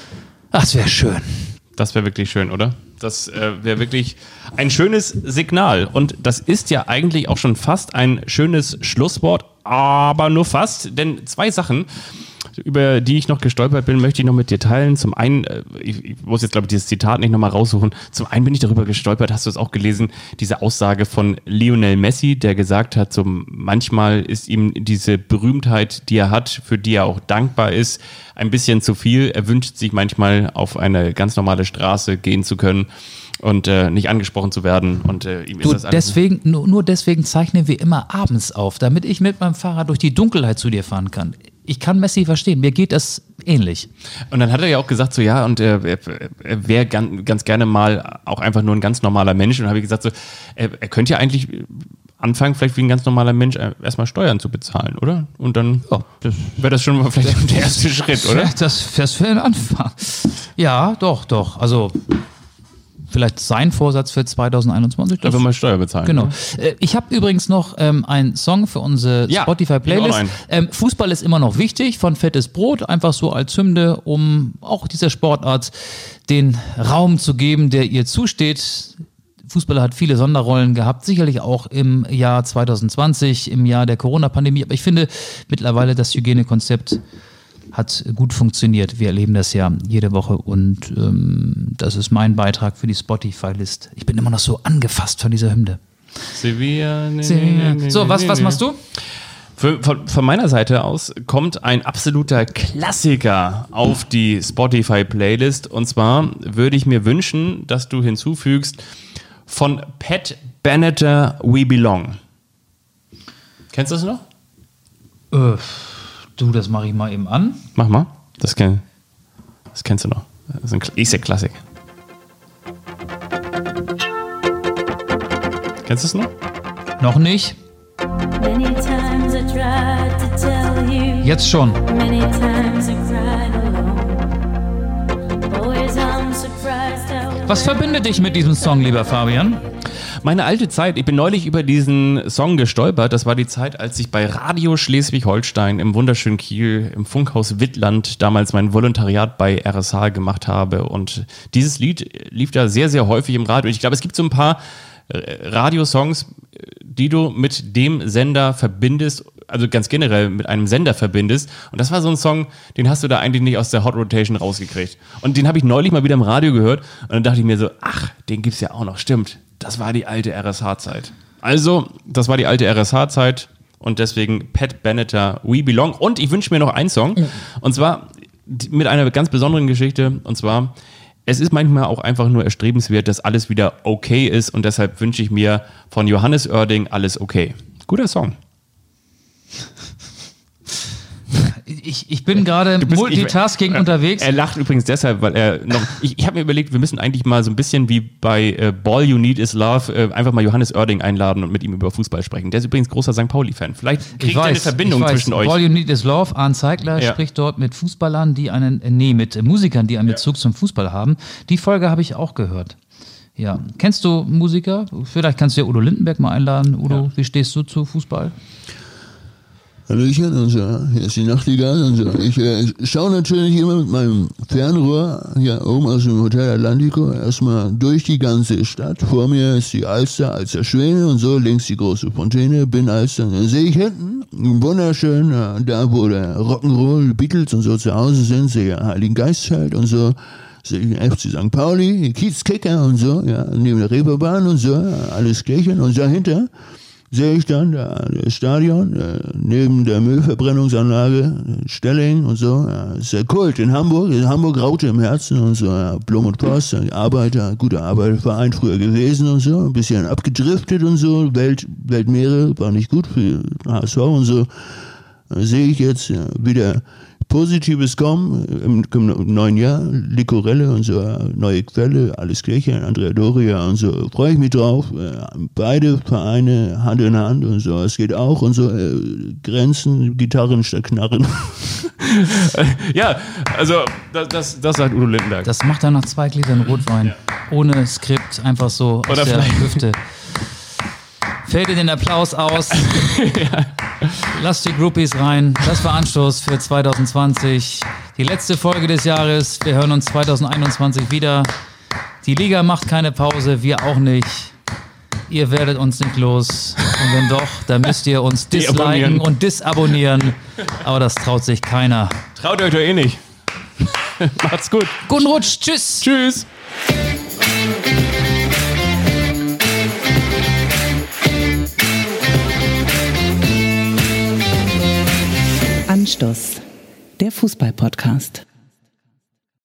schön. Das wäre wirklich schön, oder? Das wäre wirklich ein schönes Signal. Und das ist ja eigentlich auch schon fast ein schönes Schlusswort, aber nur fast. Denn zwei Sachen, über die ich noch gestolpert bin, möchte ich noch mit dir teilen. Zum einen, ich muss jetzt, glaube ich, dieses Zitat nicht nochmal raussuchen. Zum einen bin ich darüber gestolpert, hast du es auch gelesen, diese Aussage von Lionel Messi, der gesagt hat, so manchmal ist ihm diese Berühmtheit, die er hat, für die er auch dankbar ist, ein bisschen zu viel. Er wünscht sich manchmal, auf eine ganz normale Straße gehen zu können und nicht angesprochen zu werden. Und ihm ist das alles nur deswegen zeichnen wir immer abends auf, damit ich mit meinem Fahrrad durch die Dunkelheit zu dir fahren kann. Ich kann Messi verstehen, mir geht das ähnlich. Und dann hat er ja auch gesagt, so ja, und er wäre ganz gerne mal auch einfach nur ein ganz normaler Mensch. Und dann habe ich gesagt, so, er könnte ja eigentlich anfangen, vielleicht wie ein ganz normaler Mensch erstmal Steuern zu bezahlen, oder? Und dann wäre das schon mal vielleicht der erste Schritt, oder? Das wäre ein Anfang. Ja, doch. Also vielleicht sein Vorsatz für 2021. Einfach mal Steuer bezahlen. Genau. Ich habe übrigens noch einen Song für unsere Spotify-Playlist. Fußball ist immer noch wichtig, von Fettes Brot, einfach so als Hymne, um auch dieser Sportart den Raum zu geben, der ihr zusteht. Fußballer hat viele Sonderrollen gehabt, sicherlich auch im Jahr 2020, im Jahr der Corona-Pandemie. Aber ich finde mittlerweile, das Hygienekonzept hat gut funktioniert. Wir erleben das ja jede Woche und das ist mein Beitrag für die Spotify-List. Ich bin immer noch so angefasst von dieser Hymne. Sevilla. So, was machst du? Von meiner Seite aus kommt ein absoluter Klassiker auf die Spotify-Playlist. Und zwar würde ich mir wünschen, dass du hinzufügst von Pat Benatar, We Belong. Kennst du das noch? Du, das mache ich mal eben an. Mach mal. Das kennst du noch. Das ist ein Klassik. Kennst du es noch? Noch nicht. Jetzt schon. Was verbindet dich mit diesem Song, lieber Fabian? Meine alte Zeit, ich bin neulich über diesen Song gestolpert. Das war die Zeit, als ich bei Radio Schleswig-Holstein im wunderschönen Kiel, im Funkhaus Wittland, damals mein Volontariat bei RSH gemacht habe. Und dieses Lied lief da sehr, sehr häufig im Radio. Und ich glaube, es gibt so ein paar Radiosongs, die du mit dem Sender verbindest, also ganz generell mit einem Sender verbindest. Und das war so ein Song, den hast du da eigentlich nicht aus der Hot Rotation rausgekriegt. Und den habe ich neulich mal wieder im Radio gehört. Und dann dachte ich mir so, ach, den gibt's ja auch noch, stimmt. Das war die alte RSH-Zeit. Also, das war die alte RSH-Zeit und deswegen Pat Benatar, We Belong. Und ich wünsche mir noch einen Song, und zwar mit einer ganz besonderen Geschichte, und zwar, es ist manchmal auch einfach nur erstrebenswert, dass alles wieder okay ist, und deshalb wünsche ich mir von Johannes Oerding Alles okay. Guter Song. Ich bin gerade Multitasking unterwegs. Er lacht übrigens deshalb, weil er noch. Ich habe mir überlegt, wir müssen eigentlich mal so ein bisschen wie bei Ball You Need Is Love einfach mal Johannes Oerding einladen und mit ihm über Fußball sprechen. Der ist übrigens großer St. Pauli-Fan. Vielleicht kriegt er eine Verbindung zwischen euch. Ball You Need Is Love, Arne Zeigler spricht dort mit Fußballern, mit Musikern, die einen Bezug zum Fußball haben. Die Folge habe ich auch gehört. Ja. Kennst du Musiker? Vielleicht kannst du ja Udo Lindenberg mal einladen. Udo, wie stehst du zu Fußball? Hallöchen und so, hier ist die Nachtigall und so. Ich schaue natürlich immer mit meinem Fernrohr hier oben aus dem Hotel Atlantico erstmal durch die ganze Stadt. Vor mir ist die Alster Schwäne und so, links die große Fontäne, bin Alster. Dann sehe ich hinten, wunderschön, da wo der Rock'n'Roll, Beatles und so zu Hause sind, sehe ich Heiligen Geistfeld und so. Sehe ich den FC St. Pauli, die Kiezkicker und so, ja, neben der Reeperbahn und so, alles Klärchen. Und dahinter sehe ich dann das Stadion, neben der Müllverbrennungsanlage, Stelling und so. Ja, ist der Kult in Hamburg, Raute im Herzen und so. Ja, Blum und Post, guter Arbeiterverein früher gewesen und so. Ein bisschen abgedriftet und so. Weltmeere war nicht gut für HSV und so. Da sehe ich jetzt wieder Positives kommen im neuen Jahr, Likorelle und so, neue Quelle, alles Klärchen, Andrea Doria und so, freue ich mich drauf. Beide Vereine Hand in Hand und so, es geht auch und so, Grenzen, Gitarren statt Knarren. Ja, also das sagt Udo Lindenberg. Das macht er nach 2 Gläsern Rotwein, ohne Skript, einfach so aus der Hüfte. Fällt dir den Applaus aus. Ja. Lasst die Groupies rein. Das war Anstoß für 2020. Die letzte Folge des Jahres. Wir hören uns 2021 wieder. Die Liga macht keine Pause, wir auch nicht. Ihr werdet uns nicht los. Und wenn doch, dann müsst ihr uns disliken und disabonnieren. Aber das traut sich keiner. Traut euch doch eh nicht. Macht's gut. Guten Rutsch. Tschüss. Tschüss. Anstoß, der Fußball-Podcast.